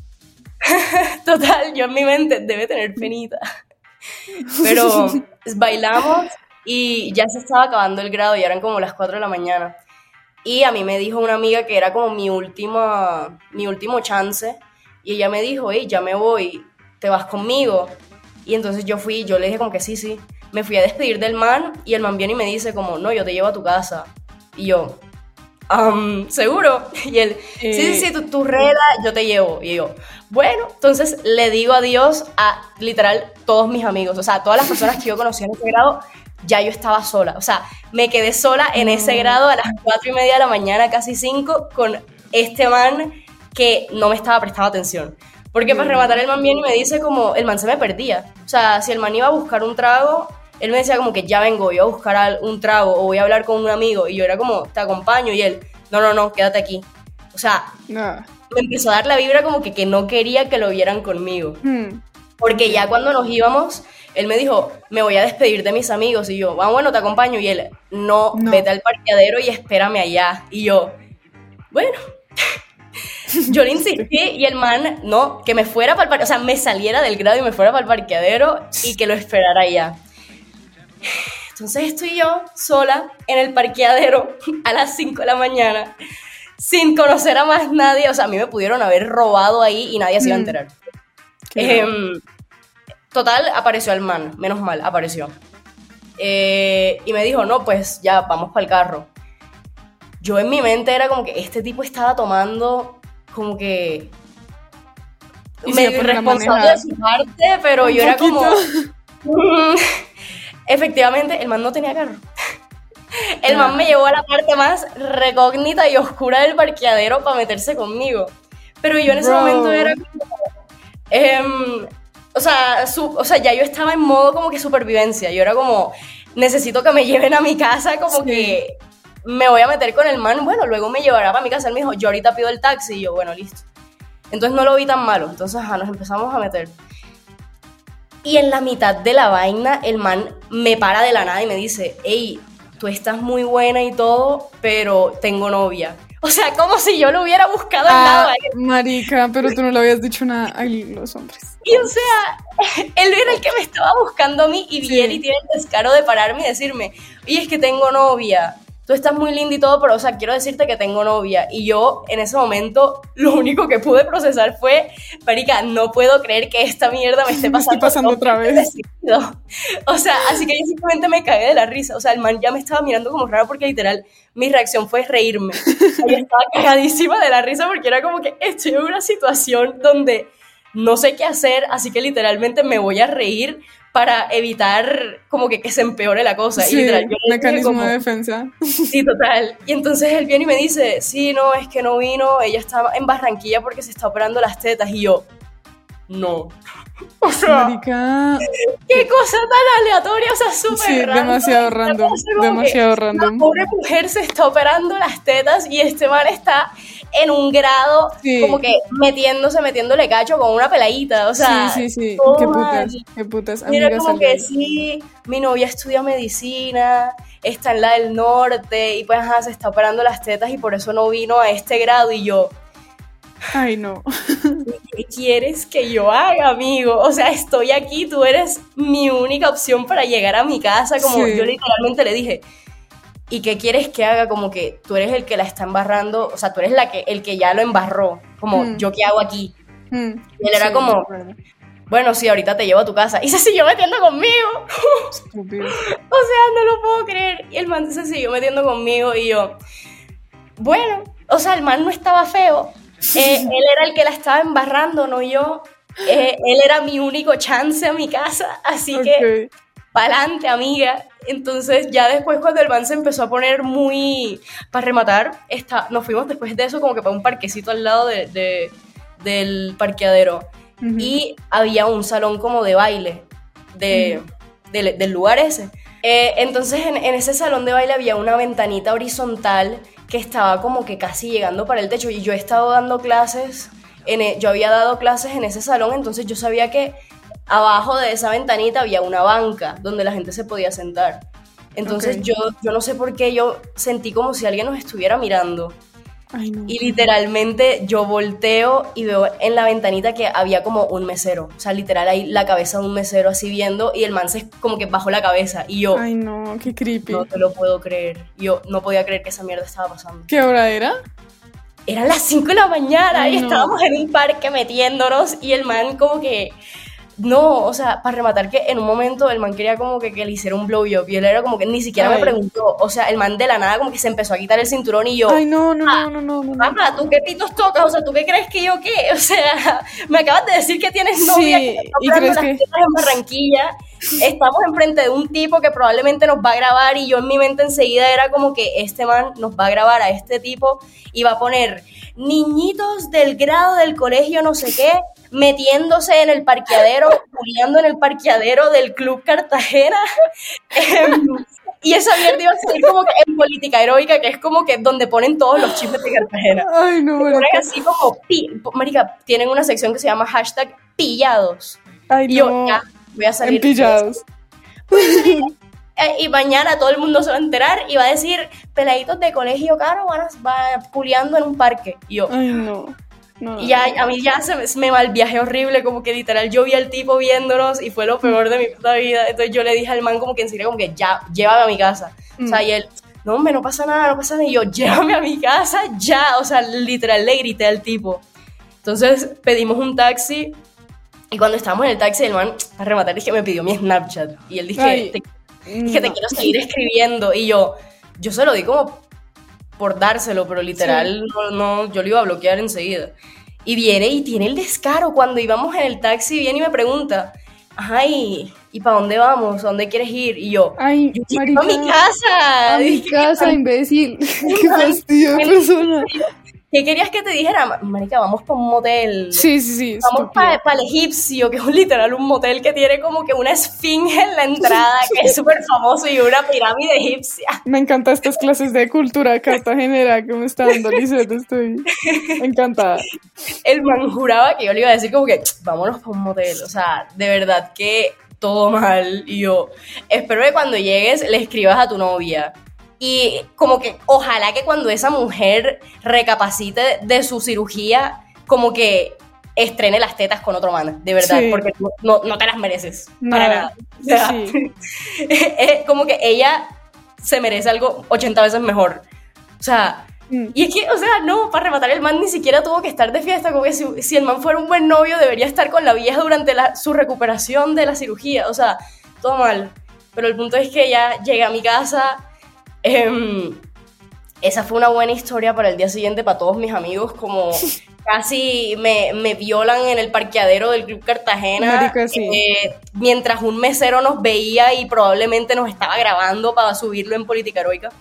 Total, yo en mi mente debe tener penita. Pero bailamos y ya se estaba acabando el grado, ya eran como las cuatro de la mañana. Y a mí me dijo una amiga que era como mi última, mi último chance. Y ella me dijo, hey, ya me voy, ¿te vas conmigo? Y entonces yo fui, yo le dije como que sí, sí. Me fui a despedir del man y el man viene y me dice como, no, yo te llevo a tu casa. Y yo, "Am, ¿seguro?" Y él, sí, sí, sí, tú, tú rela, yo te llevo. Y yo, bueno, entonces le digo adiós a literal todos mis amigos. O sea, todas las personas que yo conocía en ese grado, ya yo estaba sola. O sea, me quedé sola en No. ese grado a las cuatro y media de la mañana, casi cinco, con este man que no me estaba prestando atención. Porque para rematar el man viene y me dice como, el man se me perdía. O sea, si el man iba a buscar un trago, él me decía como que ya vengo, voy a buscar al- un trago o voy a hablar con un amigo. Y yo era como, te acompaño. Y él, no, no, no, quédate aquí. O sea, No. me empezó a dar la vibra como que, que no quería que lo vieran conmigo. Hmm. Porque ya cuando nos íbamos, él me dijo, me voy a despedir de mis amigos. Y yo, ah, bueno, te acompaño. Y él, no, No. vete al parqueadero y espérame allá. Y yo, bueno. Yo le insistí y el man, no, que me fuera para el parqueadero, o sea, me saliera del grado y me fuera para el parqueadero y que lo esperara allá. Entonces estoy yo sola en el parqueadero a las cinco de la mañana, sin conocer a más nadie. O sea, a mí me pudieron haber robado ahí y nadie se iba a Mm. enterar. Qué Em, total, apareció el man, menos mal, apareció. eh, y me dijo, no, pues ya, vamos para el carro. Yo en mi mente era como que este tipo estaba tomando como que medio irresponsable de su parte, pero un yo poquito. Era como... Efectivamente, el man no tenía carro. El man me llevó a la parte más recógnita y oscura del parqueadero para meterse conmigo. Pero yo en ese Bro. momento era como... Eh, o, sea, su, o sea, ya yo estaba en modo como que supervivencia. Yo era como, necesito que me lleven a mi casa, como sí. que me voy a meter con el man. Bueno, luego me llevará para mi casa. Él me dijo, yo ahorita pido el taxi. Y yo, bueno, listo. Entonces no lo vi tan malo. Entonces ajá, nos empezamos a meter. Y en la mitad de la vaina, el man me para de la nada y me dice, hey, tú estás muy buena y todo, pero tengo novia. O sea, como si yo lo hubiera buscado al ah, lado a él. Marica, pero tú no lo habías dicho nada a los hombres. Y o sea, él era el que me estaba buscando a mí y viene sí. y tiene el descaro de pararme y decirme, oye, es que tengo novia. Tú estás muy linda y todo, pero, o sea, quiero decirte que tengo novia. Y yo, en ese momento, lo único que pude procesar fue, marica, no puedo creer que esta mierda me esté pasando, me pasando otra vez. O sea, así que yo simplemente me cagué de la risa. O sea, el man ya me estaba mirando como raro porque, literal, mi reacción fue reírme. Yo estaba cagadísima de la risa porque era como que estoy en una situación donde no sé qué hacer, así que, literalmente, me voy a reír para evitar como que, que se empeore la cosa. Sí, y literal, yo mecanismo como, de defensa. Sí, total. Y entonces él viene y me dice, sí, no, es que no vino, ella está en Barranquilla porque se está operando las tetas. Y yo, no. O sea, Marica. Qué cosa tan aleatoria, o sea, súper sí, random. demasiado random, demasiado random. La pobre mujer se está operando las tetas y este man está en un grado sí. como que metiéndose, metiéndole cacho con una peladita, o sea. Sí, sí, sí, qué putas, qué putas. Mira, amigas como que sí, mi novia estudia medicina, está en la del norte y pues ajá, se está operando las tetas y por eso no vino a este grado. Y yo, ay, no. ¿qué quieres que yo haga, amigo? O sea, estoy aquí, tú eres mi única opción para llegar a mi casa. Como sí. yo literalmente le dije, ¿y qué quieres que haga? Como que tú eres el que la está embarrando, o sea, tú eres la que, el que ya lo embarró. Como, mm. ¿yo qué hago aquí? Mm. Y él era sí, como, bueno, sí, ahorita te llevo a tu casa. Y se siguió metiendo conmigo. Estúpido. O sea, no lo puedo creer. Y el man se siguió metiendo conmigo y yo, bueno, o sea, el man no estaba feo. Eh, él era el que la estaba embarrando, no yo. Eh, él era mi único chance a mi casa, así okay. que pa'lante, amiga. Entonces ya después cuando el man se empezó a poner muy, para rematar, está, nos fuimos después de eso como que para un parquecito al lado de, de, del parqueadero. Uh-huh. Y había un salón como de baile de, uh-huh. de, de, del lugar ese. Eh, entonces en, en ese salón de baile había una ventanita horizontal que estaba como que casi llegando para el techo y yo he estado dando clases, en el, yo había dado clases en ese salón, entonces yo sabía que abajo de esa ventanita había una banca donde la gente se podía sentar. Entonces okay. yo, yo no sé por qué yo sentí como si alguien nos estuviera mirando. Ay, no. Y literalmente yo volteo y veo en la ventanita que había como un mesero, o sea, literal ahí la cabeza de un mesero así viendo y el man se como que bajó la cabeza y yo, ay no, qué creepy, no te lo puedo creer, yo no podía creer que esa mierda estaba pasando. ¿Qué hora era? Eran las cinco de la mañana. Ay, y no. estábamos en un parque metiéndonos y el man como que no, o sea, para rematar que en un momento el man quería como que, que le hiciera un blowjob y él era como que ni siquiera ay. me preguntó, o sea, el man de la nada como que se empezó a quitar el cinturón y yo, ay, no, no, ah, no, no, no, no, mamá, ¿tú qué pitos tocas? O sea, ¿tú qué crees que yo qué? O sea, me acabas de decir que tienes novia, sí, que está ¿y crees las que en Barranquilla, estamos enfrente de un tipo que probablemente nos va a grabar y yo en mi mente enseguida era como que este man nos va a grabar a este tipo y va a poner niñitos del grado del colegio no sé qué, metiéndose en el parqueadero, culiando en el parqueadero del Club Cartagena. Y esa mierda iba a salir como que en Política Heroica, que es como que donde ponen todos los chismes de Cartagena. Ay, no, ponen así como, pi, marica, tienen una sección que se llama hashtag pillados. Ay, y yo, no. ya, voy a salir. En pillados. Y mañana todo el mundo se va a enterar y va a decir, peladitos de colegio caro van a, va culiando en un parque. Y yo, ay, no. No, y ya, a mí ya se me, me mal viaje horrible, como que literal yo vi al tipo viéndonos y fue lo peor de mi puta vida. Entonces yo le dije al man como que en serio como que ya, llévame a mi casa. Mm. O sea, y él, no hombre, no pasa nada, no pasa nada. Y yo, llévame a mi casa ya. O sea, literal le grité al tipo. Entonces pedimos un taxi y cuando estábamos en el taxi el man, a rematar, dije, me pidió mi Snapchat. Y él dije, te, es que te No. quiero seguir escribiendo. Y yo, yo se lo di como por dárselo, pero literal, Sí. no, no, yo lo iba a bloquear enseguida. Y viene y tiene el descaro cuando íbamos en el taxi, viene y me pregunta, ajá, ¿y, ¿y para dónde vamos? ¿A dónde quieres ir? Y yo, Ay, yo quiero marica, a mi casa. a mi Dije, casa, imbécil. Qué fastidio de persona. ¿qué querías que te dijera? Marica, vamos para un motel. Sí, sí, sí, Vamos estúpida. para el egipcio, que es un, literal un motel que tiene como que una esfinge en la entrada, que es súper famoso, y una pirámide egipcia. Me encantan estas clases de cultura cartagenera que me está dando Lisette, estoy encantada. El man juraba que yo le iba a decir como que, vámonos para un motel. O sea, de verdad que todo mal. Y yo, espero que cuando llegues le escribas a tu novia. Y como que ojalá que cuando esa mujer recapacite de su cirugía, como que estrene las tetas con otro man, de verdad, Sí. porque no, no, no te las mereces, Nada. para nada. O sea, Sí. es como que ella se merece algo ochenta veces mejor. O sea, Mm. y es que, o sea, no, para rematar, el man ni siquiera tuvo que estar de fiesta, como que si, si el man fuera un buen novio, debería estar con la vieja durante la, su recuperación de la cirugía, o sea, todo mal. Pero el punto es que ella llega a mi casa. Eh, esa fue una buena historia para el día siguiente para todos mis amigos, como casi me, me violan en el parqueadero del Club Cartagena, Marica, sí. eh, mientras un mesero nos veía y probablemente nos estaba grabando para subirlo en Política Heroica.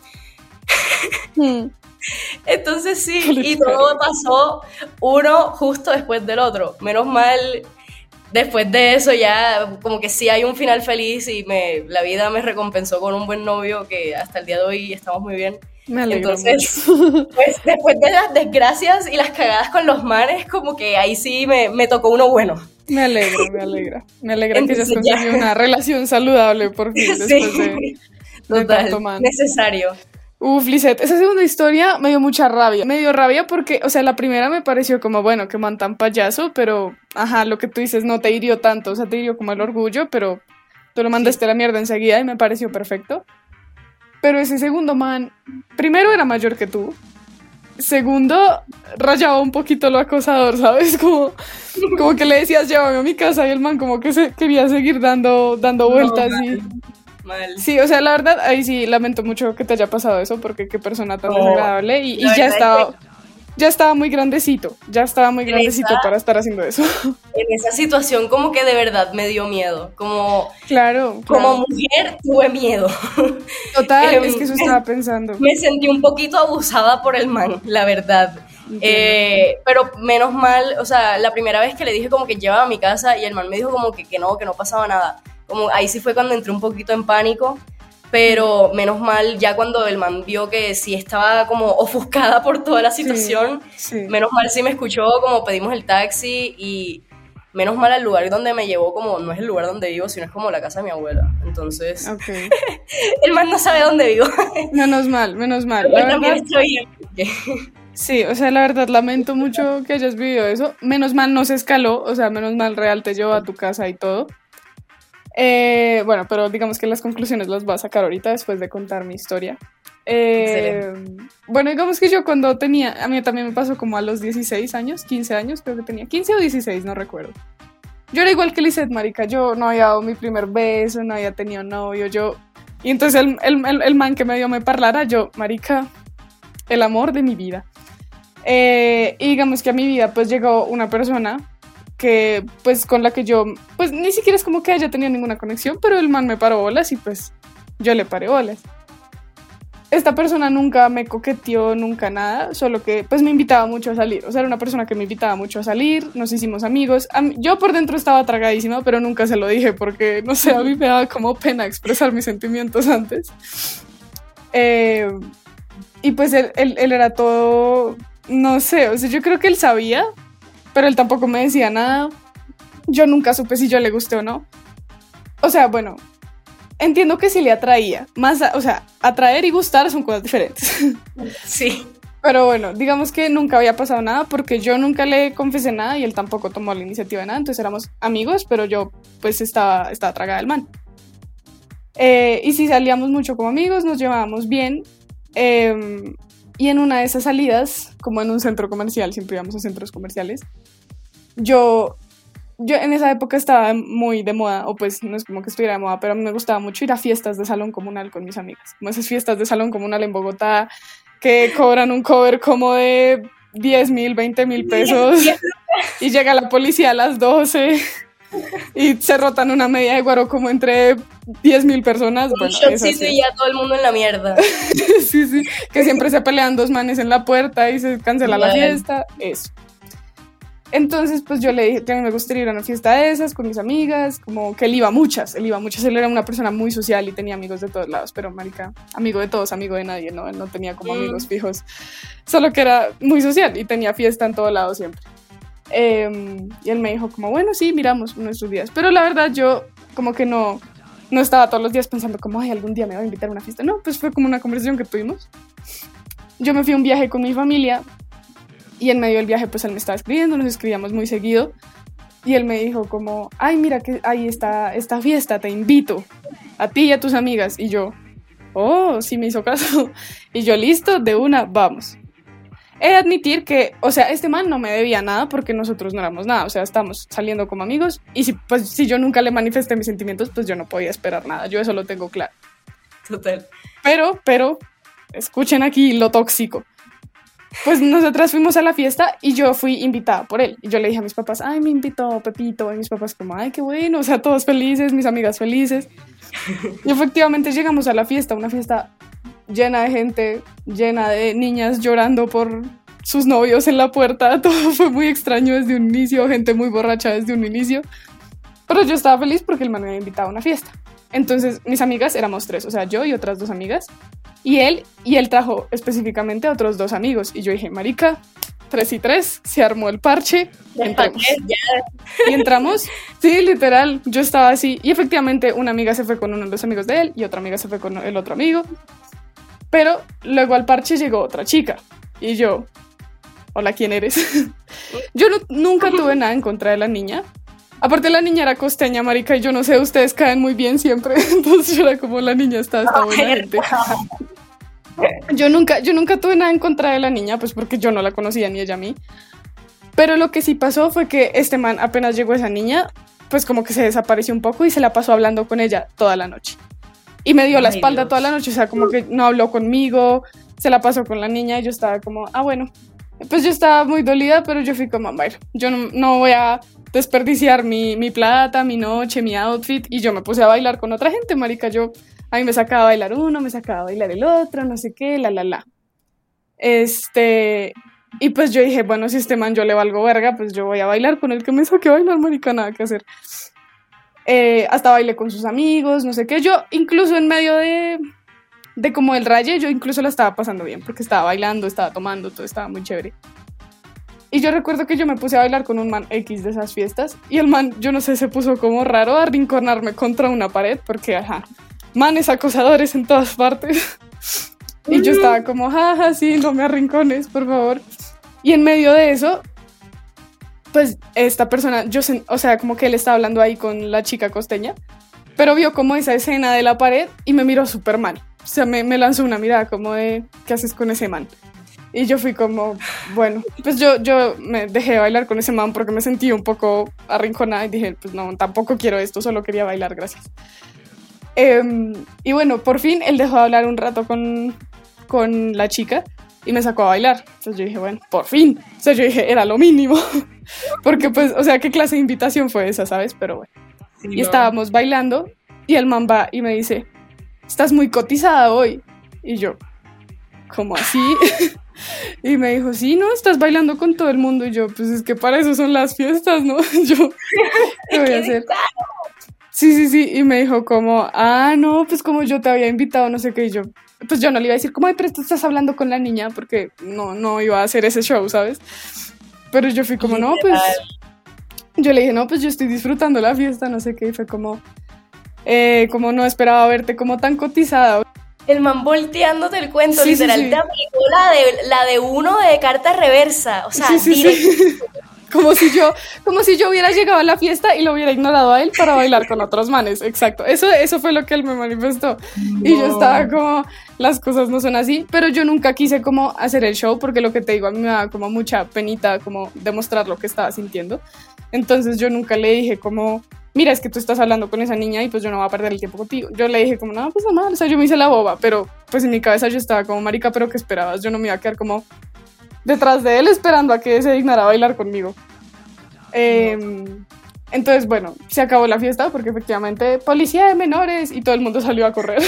Mm. Entonces sí, y Política todo Heroica. pasó uno justo después del otro. Menos mal, después de eso ya como que sí hay un final feliz y me, la vida me recompensó con un buen novio que hasta el día de hoy estamos muy bien. Me alegro Entonces, mucho. pues después de las desgracias y las cagadas con los manes, como que ahí sí me, me tocó uno bueno. Me alegra, me alegra. Me alegra Entonces, que hayas ya. conseguido una relación saludable por fin después Sí, de, de total, tanto man. necesario. Uf, Lisette, esa segunda historia me dio mucha rabia. Me dio rabia porque, o sea, la primera me pareció como, bueno, que man tan payaso, pero, ajá, lo que tú dices no te hirió tanto, o sea, te hirió como el orgullo, pero tú lo mandaste a la mierda enseguida y me pareció perfecto. Pero ese segundo man, primero era mayor que tú, segundo, rayaba un poquito lo acosador, ¿sabes? Como, como que le decías, llévame a mi casa, y el man como que se quería seguir dando, dando vueltas No, y... mal, mal. Sí, o sea, la verdad, ahí sí lamento mucho que te haya pasado eso, porque qué persona tan No, desagradable, y, y la ya verdad estaba, es ya estaba muy grandecito, ya estaba muy En grandecito esa- para estar haciendo eso. En esa situación como que de verdad me dio miedo, como, Claro, como claro. mujer tuve miedo. Total, Em, es que eso estaba pensando. Me sentí un poquito abusada por el man, la verdad. Entiendo. Eh, pero menos mal, o sea, la primera vez que le dije como que llevaba a mi casa y el man me dijo como que, que no, que no pasaba nada. Como ahí sí fue cuando entré un poquito en pánico, pero menos mal ya cuando el man vio que sí estaba como ofuscada por toda la situación, Sí, sí. menos mal sí me escuchó, como pedimos el taxi y menos mal al lugar donde me llevó, como no es el lugar donde vivo, sino es como la casa de mi abuela. Entonces, Ok. el man no sabe dónde vivo. Menos mal, menos mal. Pero La también verdad, está bien. sí, o sea, la verdad lamento mucho que hayas vivido eso. Menos mal no se escaló, o sea, menos mal real te llevó a tu casa y todo. Eh, bueno, pero digamos que las conclusiones las voy a sacar ahorita después de contar mi historia. Eh, bueno, digamos que yo cuando tenía, a mí también me pasó como a los dieciséis años, quince años, creo que tenía, quince o dieciséis, no recuerdo. Yo era igual que Lisette, marica, yo no había dado mi primer beso, no había tenido novio, yo... Y entonces el, el, el, el man que me dio me parlara, yo, marica, el amor de mi vida. Eh, y digamos que a mi vida pues llegó una persona que pues con la que yo pues ni siquiera es como que haya tenido ninguna conexión, pero el man me paró bolas y pues yo le paré bolas. Esta persona nunca me coqueteó, nunca nada, solo que pues me invitaba mucho a salir, o sea, era una persona que me invitaba mucho a salir, nos hicimos amigos. A mí, yo por dentro estaba tragadísima, pero nunca se lo dije porque, no sé, a mí me daba como pena expresar mis sentimientos antes. Eh, y pues él, él, él era todo, no sé, o sea, yo creo que él sabía, pero él tampoco me decía nada. Yo nunca supe si yo le gusté o no. O sea, bueno, entiendo que sí le atraía. Más, a- o sea, atraer y gustar son cosas diferentes. Sí. Pero bueno, digamos que nunca había pasado nada porque yo nunca le confesé nada y él tampoco tomó la iniciativa de nada. Entonces éramos amigos, pero yo pues estaba, estaba tragada del man. Eh, y sí salíamos mucho como amigos, nos llevábamos bien. Eh, y en una de esas salidas, como en un centro comercial, siempre íbamos a centros comerciales, yo yo en esa época estaba muy de moda, o pues no es como que estuviera de moda, pero a mí me gustaba mucho ir a fiestas de salón comunal con mis amigas, como esas fiestas de salón comunal en Bogotá, que cobran un cover como de diez mil, veinte mil pesos, y llega la policía a las doce, y se rotan una media de guaro como entre diez mil personas. Un bueno, shotcito y ya todo el mundo en la mierda. Sí, sí, que siempre se pelean dos manes en la puerta y se cancela bueno. la fiesta, eso. Entonces, pues yo le dije que a mí me gustaría ir a una fiesta de esas con mis amigas, como que él iba a muchas, él iba a muchas, él era una persona muy social y tenía amigos de todos lados, pero marica, amigo de todos, amigo de nadie, ¿no? Él no tenía como mm. amigos fijos, solo que era muy social y tenía fiesta en todo lado siempre. Eh, y él me dijo como, bueno, sí, miramos nuestros días, pero la verdad yo como que no, no estaba todos los días pensando como, ay, algún día me va a invitar a una fiesta, no, pues fue como una conversación que tuvimos. Yo me fui a un viaje con mi familia. Y en medio del viaje, pues él me estaba escribiendo, nos escribíamos muy seguido. Y él me dijo como, ay, mira que ahí está esta fiesta, te invito a ti y a tus amigas. Y yo, oh, sí me hizo caso. Y yo, listo, de una, vamos. He de admitir que, o sea, este man no me debía nada porque nosotros no éramos nada. O sea, estamos saliendo como amigos. Y si, pues, si yo nunca le manifesté mis sentimientos, pues yo no podía esperar nada. Yo eso lo tengo claro. Total. Pero, pero, escuchen aquí lo tóxico. Pues nosotras fuimos a la fiesta y yo fui invitada por él. Y yo le dije a mis papás, ay, me invitó Pepito. Y mis papás como, ay, qué bueno, o sea, todos felices, mis amigas felices. Y efectivamente llegamos a la fiesta, una fiesta llena de gente, llena de niñas llorando por sus novios en la puerta. Todo fue muy extraño desde un inicio, gente muy borracha desde un inicio. Pero yo estaba feliz porque el man me había invitado a una fiesta. Entonces, mis amigas éramos tres, o sea, yo y otras dos amigas. Y él, y él trajo específicamente a otros dos amigos. Y yo dije, marica, tres y tres, se armó el parche, entramos. Y entramos, sí, literal, yo estaba así. Y efectivamente una amiga se fue con uno de los amigos de él y otra amiga se fue con el otro amigo. Pero luego al parche llegó otra chica. Y yo, hola, ¿quién eres? Yo no, nunca tuve nada en contra de la niña. Aparte la niña era costeña, marica, y yo no sé, ustedes caen muy bien siempre. Entonces yo era como, la niña está, está buena gente. Yo nunca, yo nunca tuve nada en contra de la niña, pues porque yo no la conocía ni ella a mí. Pero lo que sí pasó fue que este man, apenas llegó esa niña, pues como que se desapareció un poco y se la pasó hablando con ella toda la noche. Y me dio Ay, la espalda Dios. toda la noche, o sea, como que no habló conmigo, se la pasó con la niña y yo estaba como, ah, bueno. Pues yo estaba muy dolida, pero yo fui como, bueno, yo no, no voy a desperdiciar mi, mi plata, mi noche, mi outfit, y yo me puse a bailar con otra gente, marica. Yo, a mí me sacaba a bailar uno, me sacaba a bailar el otro, no sé qué, la, la, la. Este, y pues yo dije, bueno, si este man yo le valgo verga, pues yo voy a bailar con el que me saque a bailar, marica, nada que hacer. Eh, hasta bailé con sus amigos, no sé qué. Yo, incluso en medio de, de como el raye, yo incluso la estaba pasando bien, porque estaba bailando, estaba tomando, todo estaba muy chévere. Y yo recuerdo que yo me puse a bailar con un man X de esas fiestas, y el man, yo no sé, se puso como raro a arrinconarme contra una pared, porque, ajá, manes acosadores en todas partes. Y yo estaba como, jaja, sí, no me arrincones, por favor. Y en medio de eso, pues esta persona, yo, o sea, como que él estaba hablando ahí con la chica costeña, pero vio como esa escena de la pared y me miró súper mal. O sea, me, me lanzó una mirada como de, ¿qué haces con ese man? Y yo fui como, bueno, pues yo, yo me dejé de bailar con ese man porque me sentí un poco arrinconada y dije, pues no, tampoco quiero esto, solo quería bailar, gracias. Eh, y bueno, por fin él dejó de hablar un rato con, con la chica y me sacó a bailar. Entonces yo dije, bueno, por fin. O sea, yo dije, era lo mínimo. Porque pues, o sea, ¿qué clase de invitación fue esa, sabes? Pero bueno. Sí, y no. Estábamos bailando y el man va y me dice, estás muy cotizada hoy. Y yo, ¿cómo así? Y me dijo, sí, ¿no? Estás bailando con todo el mundo. Y yo, pues es que para eso son las fiestas, ¿no? Yo, ¿qué voy a hacer? Sí, sí, sí. Y me dijo como, ah, no, pues como yo te había invitado, no sé qué. Y yo, pues yo no le iba a decir, como, ay, pero tú estás hablando con la niña, porque no, no iba a hacer ese show, ¿sabes? Pero yo fui como, no, pues... Yo le dije, no, pues yo estoy disfrutando la fiesta, no sé qué. Y fue como, eh, como no esperaba verte como tan cotizada. El man volteándote el cuento, sí, literal, sí, sí. te aplicó la de, la de uno de carta reversa, o sea, sí, sí, sí. Como si yo, como si yo hubiera llegado a la fiesta y lo hubiera ignorado a él para bailar con otros manes, exacto, eso, eso fue lo que él me manifestó, no. Y yo estaba como, las cosas no son así, pero yo nunca quise como hacer el show, porque lo que te digo, a mí me daba como mucha penita como demostrar lo que estaba sintiendo, Entonces yo nunca le dije como, mira, es que tú estás hablando con esa niña y pues yo no voy a perder el tiempo contigo. Yo le dije como, no, pues nada, o sea, yo me hice la boba, pero pues en mi cabeza yo estaba como, marica, pero ¿qué esperabas? Yo no me iba a quedar como detrás de él esperando a que se dignara a bailar conmigo. Eh, entonces, bueno, se acabó la fiesta porque efectivamente policía de menores y todo el mundo salió a correr.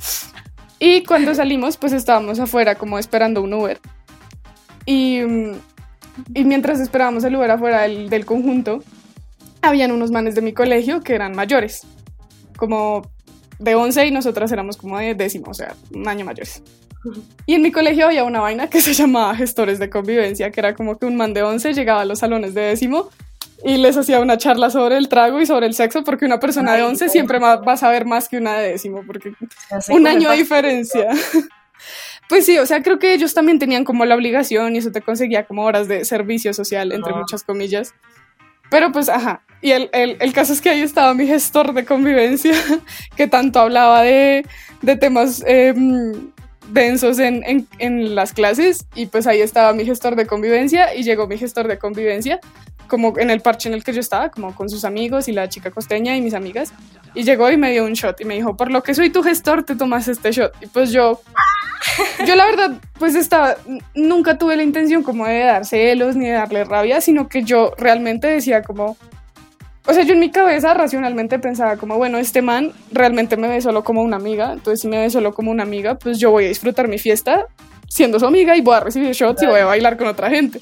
Y cuando salimos, pues estábamos afuera como esperando un Uber. Y, y mientras esperábamos el Uber afuera del, del conjunto, habían unos manes de mi colegio que eran mayores, como de once y nosotras éramos como de décimo, o sea, un año mayores. Y en mi colegio había una vaina que se llamaba gestores de convivencia, que era como que un man de once llegaba a los salones de décimo y les hacía una charla sobre el trago y sobre el sexo, porque una persona de once siempre va a saber más que una de décimo, porque un año de diferencia. Pues sí, o sea, creo que ellos también tenían como la obligación y eso te conseguía como horas de servicio social, entre muchas comillas. Pero pues, ajá, y el, el, el caso es que ahí estaba mi gestor de convivencia, que tanto hablaba de, de temas eh, densos en, en, en las clases, y pues ahí estaba mi gestor de convivencia, y llegó mi gestor de convivencia, como en el parche en el que yo estaba, como con sus amigos y la chica costeña y mis amigas, y llegó y me dio un shot, y me dijo, por lo que soy tu gestor, te tomas este shot, y pues yo... Yo la verdad, pues estaba, nunca tuve la intención como de dar celos ni de darle rabia, sino que yo realmente decía como, o sea, yo en mi cabeza racionalmente pensaba como, bueno, este man realmente me ve solo como una amiga, entonces si me ve solo como una amiga, pues yo voy a disfrutar mi fiesta siendo su amiga y voy a recibir shots y voy a bailar con otra gente.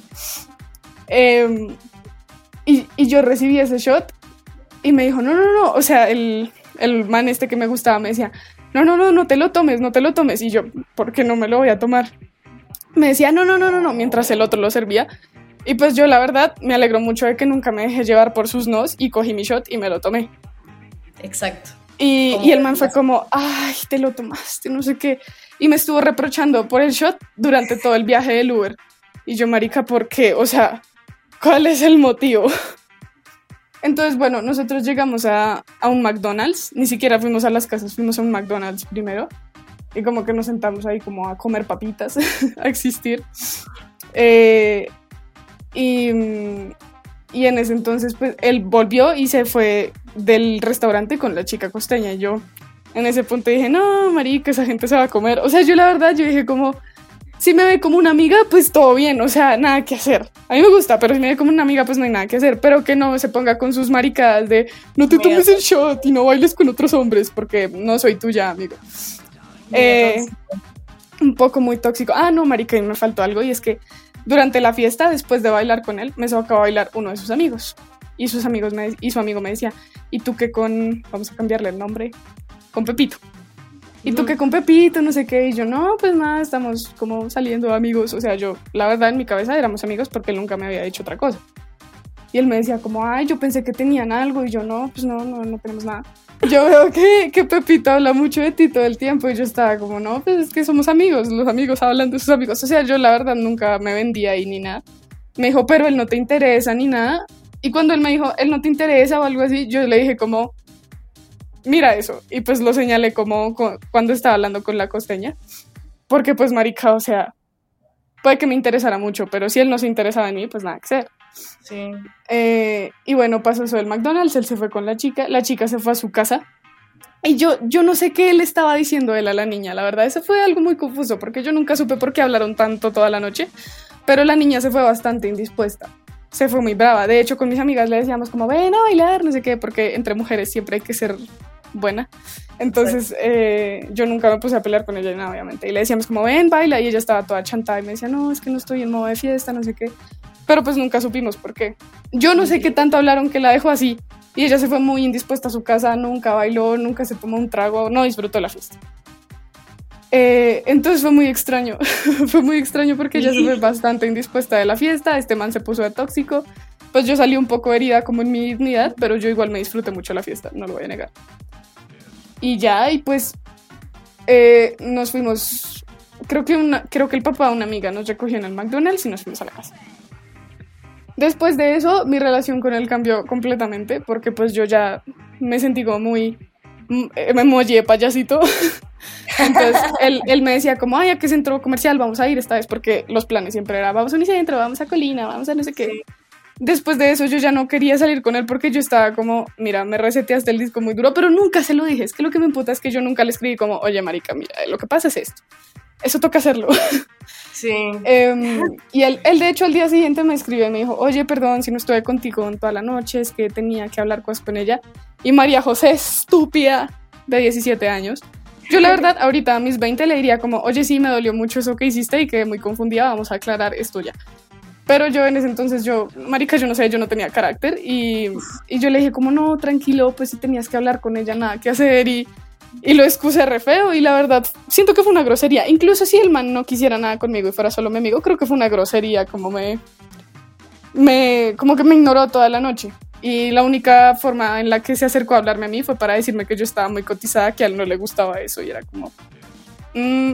Eh, y, y yo recibí ese shot y me dijo, no, no, no, o sea, el, el man este que me gustaba me decía, no, no, no, no te lo tomes, no te lo tomes. Y yo, ¿por qué no me lo voy a tomar? Me decía, no, no, no, no, no, mientras el otro lo servía. Y pues yo, la verdad, me alegro mucho de que nunca me dejé llevar por sus nos y cogí mi shot y me lo tomé. Exacto. Y, y el man fue como, ay, te lo tomaste, no sé qué. Y me estuvo reprochando por el shot durante todo el viaje del Uber. Y yo, marica, ¿por qué? O sea, ¿cuál es el motivo? Entonces, bueno, nosotros llegamos a, a un McDonald's, ni siquiera fuimos a las casas, fuimos a un McDonald's primero, y como que nos sentamos ahí como a comer papitas, a existir. Eh, y, y en ese entonces, pues, él volvió y se fue del restaurante con la chica costeña, y yo en ese punto dije, no, marica, esa gente se va a comer. O sea, yo la verdad, yo dije como... Si me ve como una amiga, pues todo bien, o sea, nada que hacer. A mí me gusta, pero si me ve como una amiga, pues no hay nada que hacer. Pero que no se ponga con sus maricadas de no te tomes el shot y no bailes con otros hombres, porque no soy tuya, amigo. Eh, un poco muy tóxico. Ah, no, marica, y me faltó algo, y es que durante la fiesta, después de bailar con él, me sacó a bailar uno de sus amigos. Y, sus amigos me, y su amigo me decía, ¿y tú qué con...? Vamos a cambiarle el nombre. Con Pepito. ¿Y tú qué con Pepito? No sé qué. Y yo, no, pues nada, estamos como saliendo amigos. O sea, yo, la verdad, en mi cabeza éramos amigos porque él nunca me había dicho otra cosa. Y él me decía como, ay, yo pensé que tenían algo. Y yo, no, pues no, no, no tenemos nada. Yo veo que, que Pepito habla mucho de ti todo el tiempo. Y yo estaba como, no, pues es que somos amigos. Los amigos hablan de sus amigos. O sea, yo la verdad nunca me vendía ahí ni nada. Me dijo, pero él no te interesa ni nada. Y cuando él me dijo, él no te interesa o algo así, yo le dije como... mira eso, y pues lo señalé como con, cuando estaba hablando con la costeña, porque pues marica, o sea, puede que me interesara mucho, pero si él no se interesaba en mí, pues nada que hacer. Sí. Eh, y bueno, pasó eso del McDonald's, él se fue con la chica, la chica se fue a su casa, y yo, yo no sé qué le estaba diciendo él a la niña, la verdad, eso fue algo muy confuso, porque yo nunca supe por qué hablaron tanto toda la noche, pero la niña se fue bastante indispuesta. Se fue muy brava, de hecho con mis amigas le decíamos como ven a bailar, no sé qué, porque entre mujeres siempre hay que ser buena, entonces eh, yo nunca me puse a pelear con ella, no, obviamente, y le decíamos como ven, baila, y ella estaba toda chantada y me decía no, es que no estoy en modo de fiesta, no sé qué, pero pues nunca supimos por qué. Yo no sé qué tanto hablaron que la dejó así, y ella se fue muy indispuesta a su casa, nunca bailó, nunca se tomó un trago, no disfrutó la fiesta. Eh, entonces fue muy extraño, fue muy extraño porque ella se fue bastante indispuesta de la fiesta, este man se puso de tóxico, pues yo salí un poco herida como en mi dignidad, pero yo igual me disfruté mucho la fiesta, no lo voy a negar. Y ya, y pues eh, nos fuimos, creo que, una, creo que el papá de una amiga nos recogió en el McDonald's y nos fuimos a la casa. Después de eso, mi relación con él cambió completamente, porque pues yo ya me sentí como muy, me mollé payasito. Entonces él, él me decía como, ay, ¿a qué centro comercial vamos a ir esta vez? Porque los planes siempre eran, vamos a Unicentro, vamos a Colina, vamos a no sé qué. después de eso yo ya no quería salir con él porque yo estaba como, mira, me reseteaste el disco muy duro, pero nunca se lo dije. Es que lo que me emputa es que yo nunca le escribí como, oye, marica, mira, lo que pasa es esto. Eso toca hacerlo. Sí. eh, y él, él, de hecho, al día siguiente me escribió y me dijo, oye, perdón si no estuve contigo en toda la noche, es que tenía que hablar cosas con ella. Y María José, estúpida, de diecisiete años. Yo, la verdad, ahorita a mis veinte le diría como, oye, sí, me dolió mucho eso que hiciste y quedé muy confundida, vamos a aclarar esto ya. Pero yo en ese entonces, yo, marica, yo no sé, yo no tenía carácter y, y yo le dije como, no, tranquilo, pues si tenías que hablar con ella, nada que hacer y, y lo excusé re feo y la verdad, siento que fue una grosería. Incluso si el man no quisiera nada conmigo y fuera solo mi amigo, creo que fue una grosería, como me, me, como que me ignoró toda la noche. Y la única forma en la que se acercó a hablarme a mí fue para decirme que yo estaba muy cotizada, que a él no le gustaba eso y era como... Mm.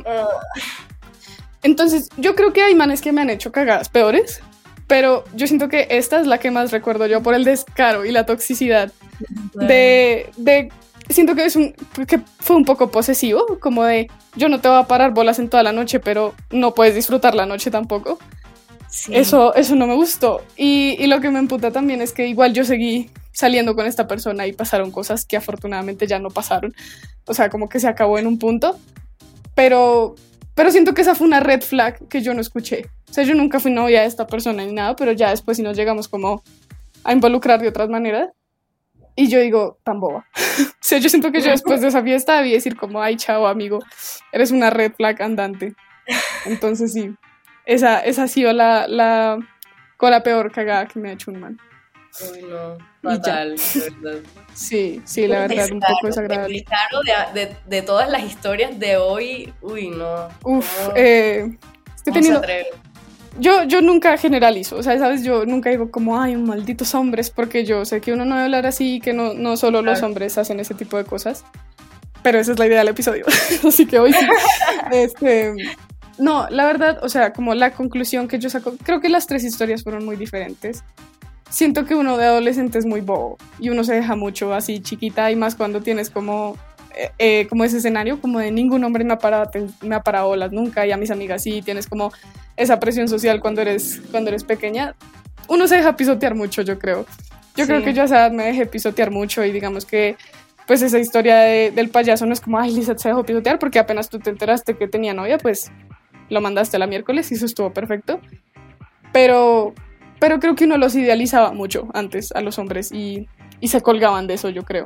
Entonces, yo creo que hay manes que me han hecho cagadas peores, pero yo siento que esta es la que más recuerdo yo por el descaro y la toxicidad de... de siento que, es un, que fue un poco posesivo, como de yo no te voy a parar bolas en toda la noche, pero no puedes disfrutar la noche tampoco. Sí. Eso, eso no me gustó. Y, y lo que me emputa también es que igual yo seguí saliendo con esta persona y pasaron cosas que afortunadamente ya no pasaron. O sea, como que se acabó en un punto. Pero, pero siento que esa fue una red flag que yo no escuché. O sea, yo nunca fui novia de esta persona ni nada, pero ya después sí nos llegamos como a involucrar de otras maneras. Y yo digo, tan boba. O sea, yo siento que yo después de esa fiesta debí decir como, ay, chao, amigo, eres una red flag andante. Entonces sí. Esa, esa ha sido la, la, con la peor cagada que me ha hecho un man. Uy, no, fatal, de verdad. Sí, sí, la verdad, un poco desagradable. El descaro de, de, de todas las historias de hoy, uy, no. Uf, no, eh, estoy teniendo... Yo, yo nunca generalizo, o sea, ¿sabes? Yo nunca digo como, ay, malditos hombres, porque yo sé que uno no debe hablar así, que no, no solo claro. Los hombres hacen ese tipo de cosas, pero esa es la idea del episodio, así que hoy sí. este... No, la verdad, o sea, como la conclusión que yo saco, creo que las tres historias fueron muy diferentes. Siento que uno de adolescente es muy bobo y uno se deja mucho así chiquita y más cuando tienes como, eh, eh, como ese escenario como de ningún hombre me ha parado, me ha parado bolas nunca y a mis amigas sí, tienes como esa presión social cuando eres, cuando eres pequeña. Uno se deja pisotear mucho, yo creo. Yo sí. creo que yo a esa edad me dejé pisotear mucho y digamos que pues esa historia de, del payaso no es como, ay, Lizeth se dejó pisotear porque apenas tú te enteraste que tenía novia, pues... lo mandaste la miércoles y eso estuvo perfecto, pero, pero creo que uno los idealizaba mucho antes a los hombres y, y se colgaban de eso, yo creo.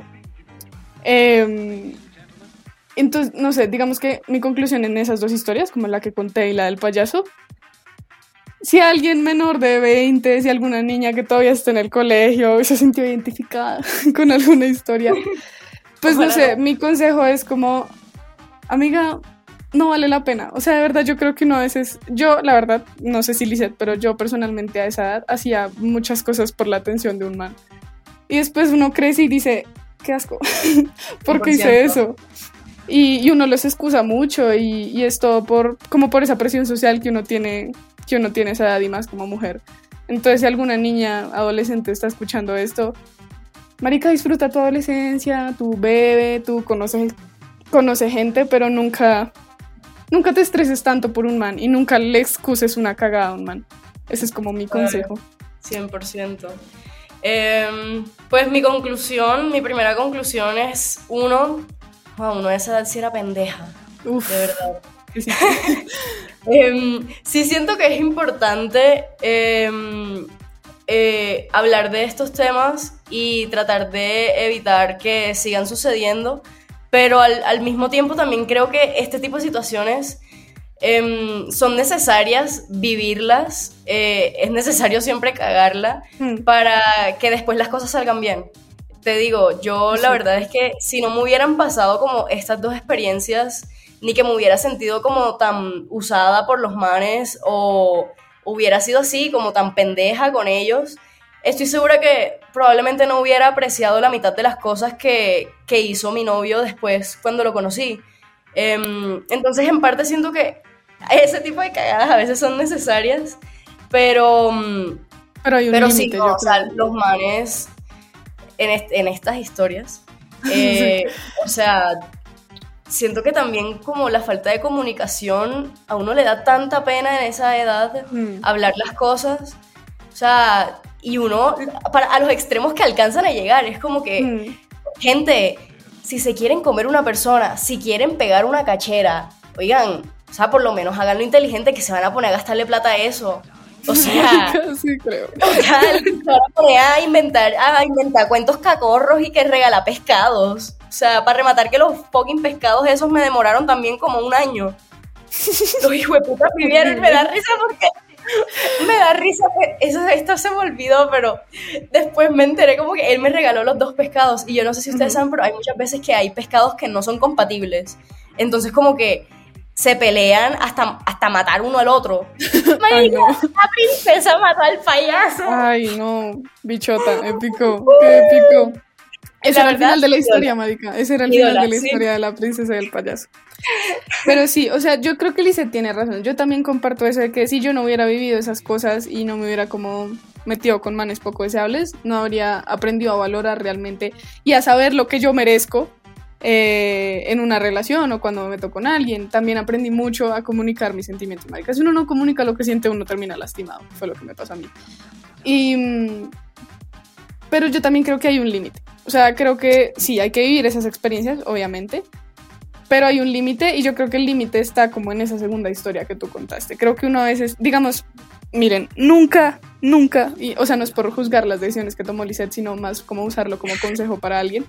Eh, entonces, no sé, digamos que mi conclusión en esas dos historias, como la que conté y la del payaso, si alguien menor de veinte, si alguna niña que todavía está en el colegio y se sintió identificada con alguna historia, pues Ojalá no sé, no. Mi consejo es como, amiga, no vale la pena. O sea, de verdad, yo creo que uno a veces, yo la verdad, no sé si Lizeth, pero yo personalmente a esa edad hacía muchas cosas por la atención de un man. Y después uno crece y dice, qué asco, ¿por qué hice eso? Y, y uno los excusa mucho y, y es todo por, como por esa presión social que uno tiene, que uno tiene a esa edad y más como mujer. Entonces, si alguna niña, adolescente está escuchando esto, marica, disfruta tu adolescencia, tu bebe, tú conoces, conoce gente, pero nunca... Nunca te estreses tanto por un man y nunca le excuses una cagada a un man. Ese es como mi consejo. cien por ciento. Eh, pues mi conclusión, mi primera conclusión es, uno, wow, uno de esa edad sí era pendeja. Uf. De verdad. Sí, sí. eh, sí siento que es importante eh, eh, hablar de estos temas y tratar de evitar que sigan sucediendo. Pero al, al mismo tiempo también creo que este tipo de situaciones eh, son necesarias vivirlas, eh, es necesario siempre cagarla mm. para que después las cosas salgan bien. Te digo, yo sí. La verdad es que si no me hubieran pasado como estas dos experiencias, ni que me hubiera sentido como tan usada por los manes o hubiera sido así, como tan pendeja con ellos, estoy segura que probablemente no hubiera apreciado la mitad de las cosas que, que hizo mi novio después cuando lo conocí. Eh, entonces, en parte siento que ese tipo de cagadas a veces son necesarias, pero, pero, hay un pero límite, sí, no, o sea, los manes en, est- en estas historias, eh, sí. O sea, siento que también como la falta de comunicación, a uno le da tanta pena en esa edad mm. hablar las cosas. O sea, y uno, para, a los extremos que alcanzan a llegar, es como que, mm. gente, si se quieren comer una persona, si quieren pegar una cachera, oigan, o sea, por lo menos háganlo inteligente, que se van a poner a gastarle plata a eso. O sea, sí, creo. Total, se van a poner a inventar, a inventar cuentos cacorros y que regala pescados. O sea, para rematar que los fucking pescados esos me demoraron también como un año. Los hijos de puta vivieron, me da risa porque... Me da risa que eso, esto se me olvidó, pero después me enteré como que él me regaló los dos pescados y yo no sé si ustedes uh-huh. saben, pero hay muchas veces que hay pescados que no son compatibles. Entonces como que se pelean hasta, hasta matar uno al otro. Marica, no. La princesa mató al payaso. Ay, no, bichota, épico, qué épico. Ese era el final de la historia, marica. Ese era el final de la historia de la princesa y el payaso. Pero sí, o sea, yo creo que Lisette tiene razón. Yo también comparto eso de que si yo no hubiera vivido esas cosas y no me hubiera como metido con manes poco deseables, no habría aprendido a valorar realmente y a saber lo que yo merezco eh, en una relación o cuando me meto con alguien. También aprendí mucho a comunicar mis sentimientos, marica. Si uno no comunica lo que siente, uno termina lastimado. Fue lo que me pasó a mí. Y... Pero yo también creo que hay un límite. O sea, creo que sí, hay que vivir esas experiencias, obviamente, pero hay un límite y yo creo que el límite está como en esa segunda historia que tú contaste. Creo que uno a veces, digamos, miren, nunca, nunca, y, o sea, no es por juzgar las decisiones que tomó Lisette, sino más como usarlo como consejo para alguien.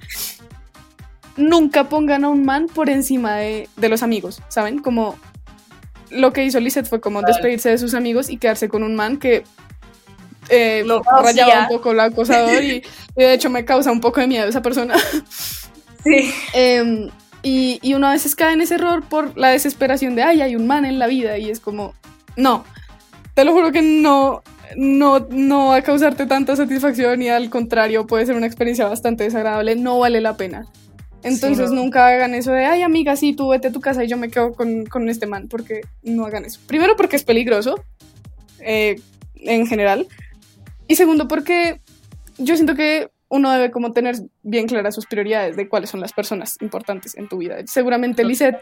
Nunca pongan a un man por encima de, de los amigos, ¿saben? Como lo que hizo Lisette fue como despedirse de sus amigos y quedarse con un man que... Eh, no, rayaba un poco el acosador y, y de hecho me causa un poco de miedo esa persona. Sí. eh, y, y uno a veces cae en ese error por la desesperación de ay, hay un man en la vida y es como, no, te lo juro que no, no, no va a causarte tanta satisfacción y al contrario puede ser una experiencia bastante desagradable, no vale la pena. Entonces sí, no. Nunca hagan eso de ay amiga, sí, tú vete a tu casa y yo me quedo con, con este man, porque no hagan eso. Primero porque es peligroso eh, en general. Y segundo, porque yo siento que uno debe como tener bien claras sus prioridades de cuáles son las personas importantes en tu vida. Seguramente Lisette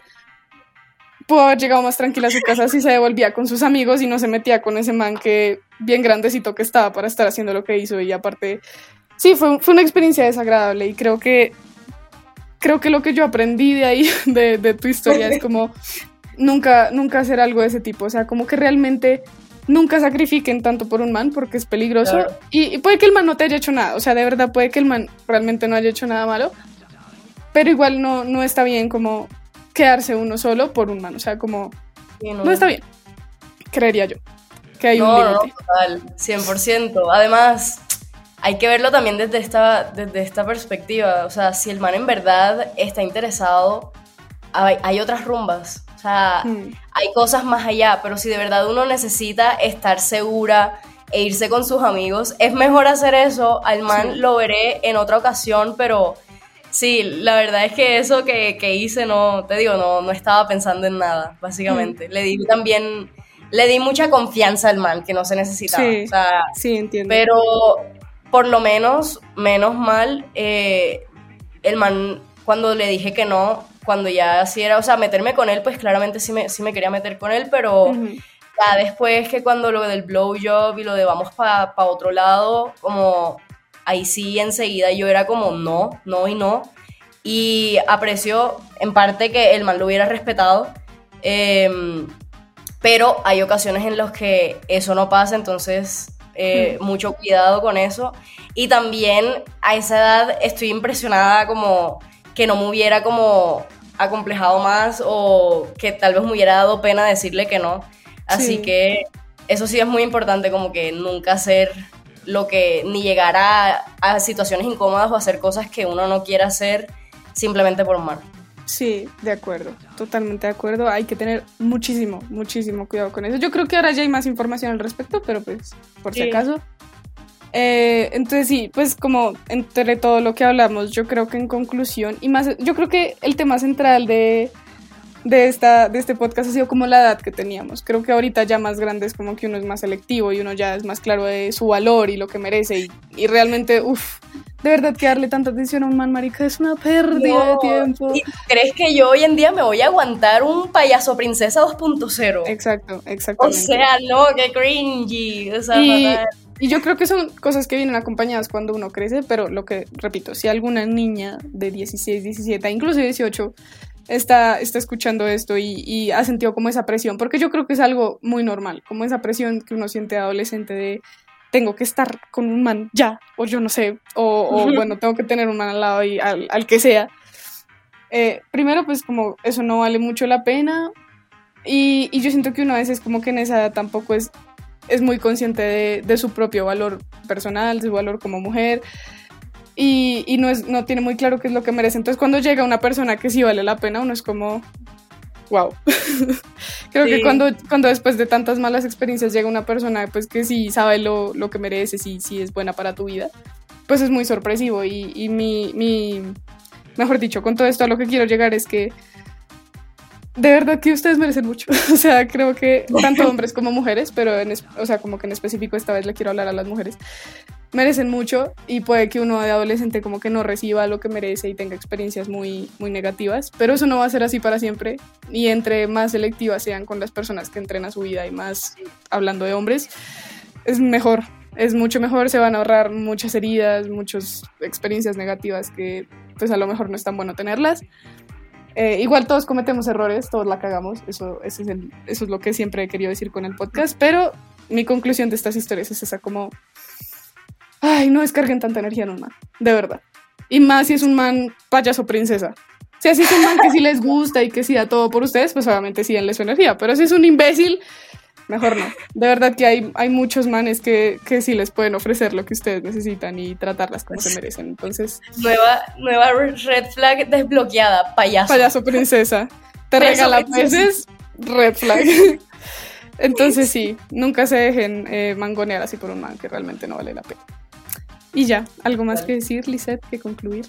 pudo haber llegado más tranquila a su casa si se devolvía con sus amigos y no se metía con ese man que bien grandecito que estaba para estar haciendo lo que hizo. Y aparte, sí, fue, fue una experiencia desagradable y creo que, creo que lo que yo aprendí de ahí, de, de tu historia, es como nunca, nunca hacer algo de ese tipo. O sea, como que realmente... Nunca sacrifiquen tanto por un man porque es peligroso. Claro. y, y puede que el man no te haya hecho nada, o sea, de verdad puede que el man realmente no haya hecho nada malo, pero igual no, no está bien como quedarse uno solo por un man, o sea, como sí, no. no está bien, creería yo, que hay no, un límite. No, total, cien por ciento. Además, hay que verlo también desde esta, desde esta perspectiva, o sea, si el man en verdad está interesado, hay, hay otras rumbas. O sea, hmm. hay cosas más allá, pero si de verdad uno necesita estar segura e irse con sus amigos, es mejor hacer eso. Al man sí. Lo veré en otra ocasión, pero sí, la verdad es que eso que, que hice, no, te digo, no, no estaba pensando en nada, básicamente. Hmm. Le di también, le di mucha confianza al man, que no se necesitaba. Sí, o sea, sí, entiendo. Pero por lo menos, menos mal, eh, el man, cuando le dije que no, cuando ya así era, o sea, meterme con él, pues claramente sí me, sí me quería meter con él, pero uh-huh. ya después que cuando lo del blowjob y lo de vamos para pa otro lado, como ahí sí enseguida yo era como no, no y no, y aprecio en parte que el man lo hubiera respetado, eh, pero hay ocasiones en las que eso no pasa, entonces eh, uh-huh. mucho cuidado con eso, y también a esa edad estoy impresionada como que no me hubiera como acomplejado más o que tal vez me hubiera dado pena decirle que no. Así sí. que eso sí es muy importante, como que nunca hacer lo que, ni llegar a, a situaciones incómodas o hacer cosas que uno no quiera hacer simplemente por mal. Sí, de acuerdo, totalmente de acuerdo. Hay que tener muchísimo, muchísimo cuidado con eso. Yo creo que ahora ya hay más información al respecto, pero pues, por sí. si acaso... Eh, entonces sí, pues como entre todo lo que hablamos, yo creo que en conclusión, y más, yo creo que el tema central de, de, esta, de este podcast ha sido como la edad que teníamos. Creo que ahorita ya más grande es como que uno es más selectivo y uno ya es más claro de su valor y lo que merece y, y realmente, uff, de verdad que darle tanta atención a un man, marica, es una pérdida no, de tiempo. ¿Y crees que yo hoy en día me voy a aguantar un payaso princesa dos punto cero? Exacto, exactamente. O sea, no, qué cringy, o sea, y, Y yo creo que son cosas que vienen acompañadas cuando uno crece, pero lo que, repito, si alguna niña de dieciséis, diecisiete, incluso dieciocho, está, está escuchando esto y, y ha sentido como esa presión, porque yo creo que es algo muy normal, como esa presión que uno siente adolescente de tengo que estar con un man ya, o yo no sé, o, o bueno, tengo que tener un man al lado y al, al que sea. Eh, primero, pues como eso no vale mucho la pena, y, y yo siento que uno a veces como que en esa edad tampoco es es muy consciente de, de su propio valor personal, de su valor como mujer, y, y no, es, no tiene muy claro qué es lo que merece. Entonces cuando llega una persona que sí vale la pena, uno es como, wow. Creo sí. que cuando, cuando después de tantas malas experiencias llega una persona pues que sí sabe lo, lo que merece, sí, sí es buena para tu vida, pues es muy sorpresivo. Y, y mi, mi, mejor dicho, con todo esto a lo que quiero llegar es que de verdad que ustedes merecen mucho. O sea, creo que tanto hombres como mujeres, pero en, o sea, como que en específico esta vez le quiero hablar a las mujeres, merecen mucho, y puede que uno de adolescente como que no reciba lo que merece y tenga experiencias muy, muy negativas, pero eso no va a ser así para siempre, y entre más selectivas sean con las personas que entren a su vida, y más hablando de hombres, es mejor, es mucho mejor, se van a ahorrar muchas heridas, muchas experiencias negativas que pues a lo mejor no es tan bueno tenerlas. Eh, igual todos cometemos errores, todos la cagamos, eso, eso, es el, eso es lo que siempre he querido decir con el podcast, pero mi conclusión de estas historias es esa, como, ay, no descarguen tanta energía en un man, de verdad, y más si es un man payaso princesa. O sea, si es un man que sí les gusta y que sí da todo por ustedes, pues obviamente sí denle su energía, pero si es un imbécil, mejor no. De verdad que hay, hay muchos manes que, que sí les pueden ofrecer lo que ustedes necesitan y tratarlas como se merecen. Entonces, nueva, nueva red flag desbloqueada, payaso. Payaso princesa. Te regala peces, red flag. Entonces sí, nunca se dejen eh, mangonear así por un man que realmente no vale la pena. Y ya, ¿algo más vale. que decir, Lisette, que concluir?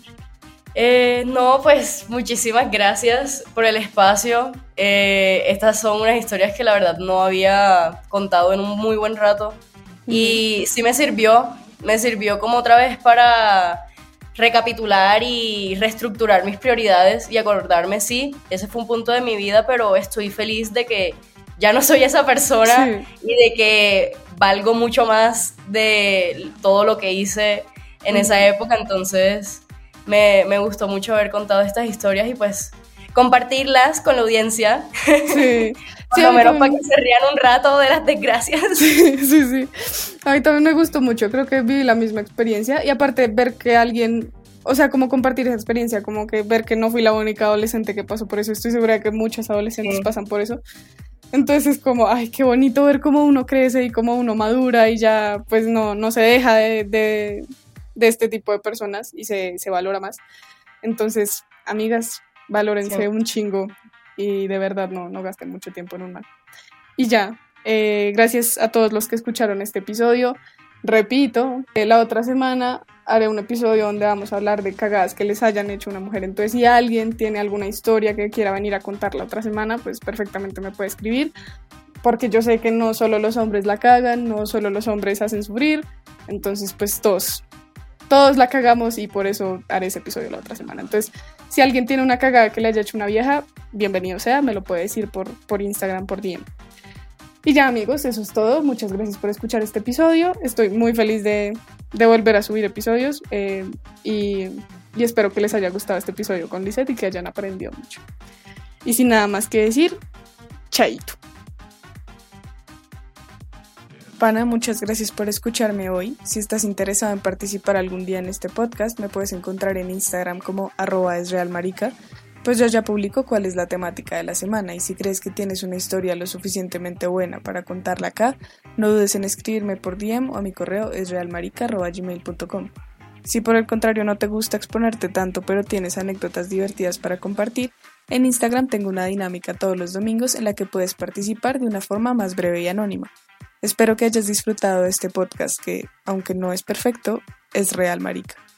Eh, no, pues muchísimas gracias por el espacio. Eh, estas son unas historias que la verdad no había contado en un muy buen rato. Uh-huh. Y sí me sirvió, me sirvió como otra vez para recapitular y reestructurar mis prioridades y acordarme, sí, ese fue un punto de mi vida, pero estoy feliz de que ya no soy esa persona, sí, y de que valgo mucho más de todo lo que hice en uh-huh. esa época. Entonces Me, me gustó mucho haber contado estas historias y pues compartirlas con la audiencia. Sí. Por lo menos para que se rían un rato de las desgracias. Sí, sí, sí. A mí también me gustó mucho, creo que viví la misma experiencia, y aparte ver que alguien, o sea, como compartir esa experiencia, como que ver que no fui la única adolescente que pasó por eso. Estoy segura de que muchos adolescentes sí. pasan por eso. Entonces es como, ay, qué bonito ver cómo uno crece y cómo uno madura y ya pues no, no se deja de... de de este tipo de personas y se, se valora más. Entonces, amigas, valórense sí. un chingo y de verdad no, no gasten mucho tiempo en un man. Y ya, eh, gracias a todos los que escucharon este episodio. Repito, eh, la otra semana haré un episodio donde vamos a hablar de cagadas que les hayan hecho una mujer. Entonces, si alguien tiene alguna historia que quiera venir a contar la otra semana, pues perfectamente me puede escribir, porque yo sé que no solo los hombres la cagan, no solo los hombres hacen sufrir, entonces pues todos Todos la cagamos y por eso haré ese episodio la otra semana. Entonces, si alguien tiene una cagada que le haya hecho una vieja, bienvenido sea, me lo puede decir por, por Instagram, por D M. Y ya, amigos, eso es todo. Muchas gracias por escuchar este episodio. Estoy muy feliz de, de volver a subir episodios eh, y, y espero que les haya gustado este episodio con Lisette y que hayan aprendido mucho. Y sin nada más que decir, chaito. Pana, muchas gracias por escucharme hoy. Si estás interesado en participar algún día en este podcast, me puedes encontrar en Instagram como arroba esrealmarica, pues yo ya publico cuál es la temática de la semana, y si crees que tienes una historia lo suficientemente buena para contarla acá, no dudes en escribirme por D M o a mi correo esrealmarica arroba gmail punto com. Si por el contrario no te gusta exponerte tanto, pero tienes anécdotas divertidas para compartir, en Instagram tengo una dinámica todos los domingos en la que puedes participar de una forma más breve y anónima. Espero que hayas disfrutado de este podcast que, aunque no es perfecto, es real, marica.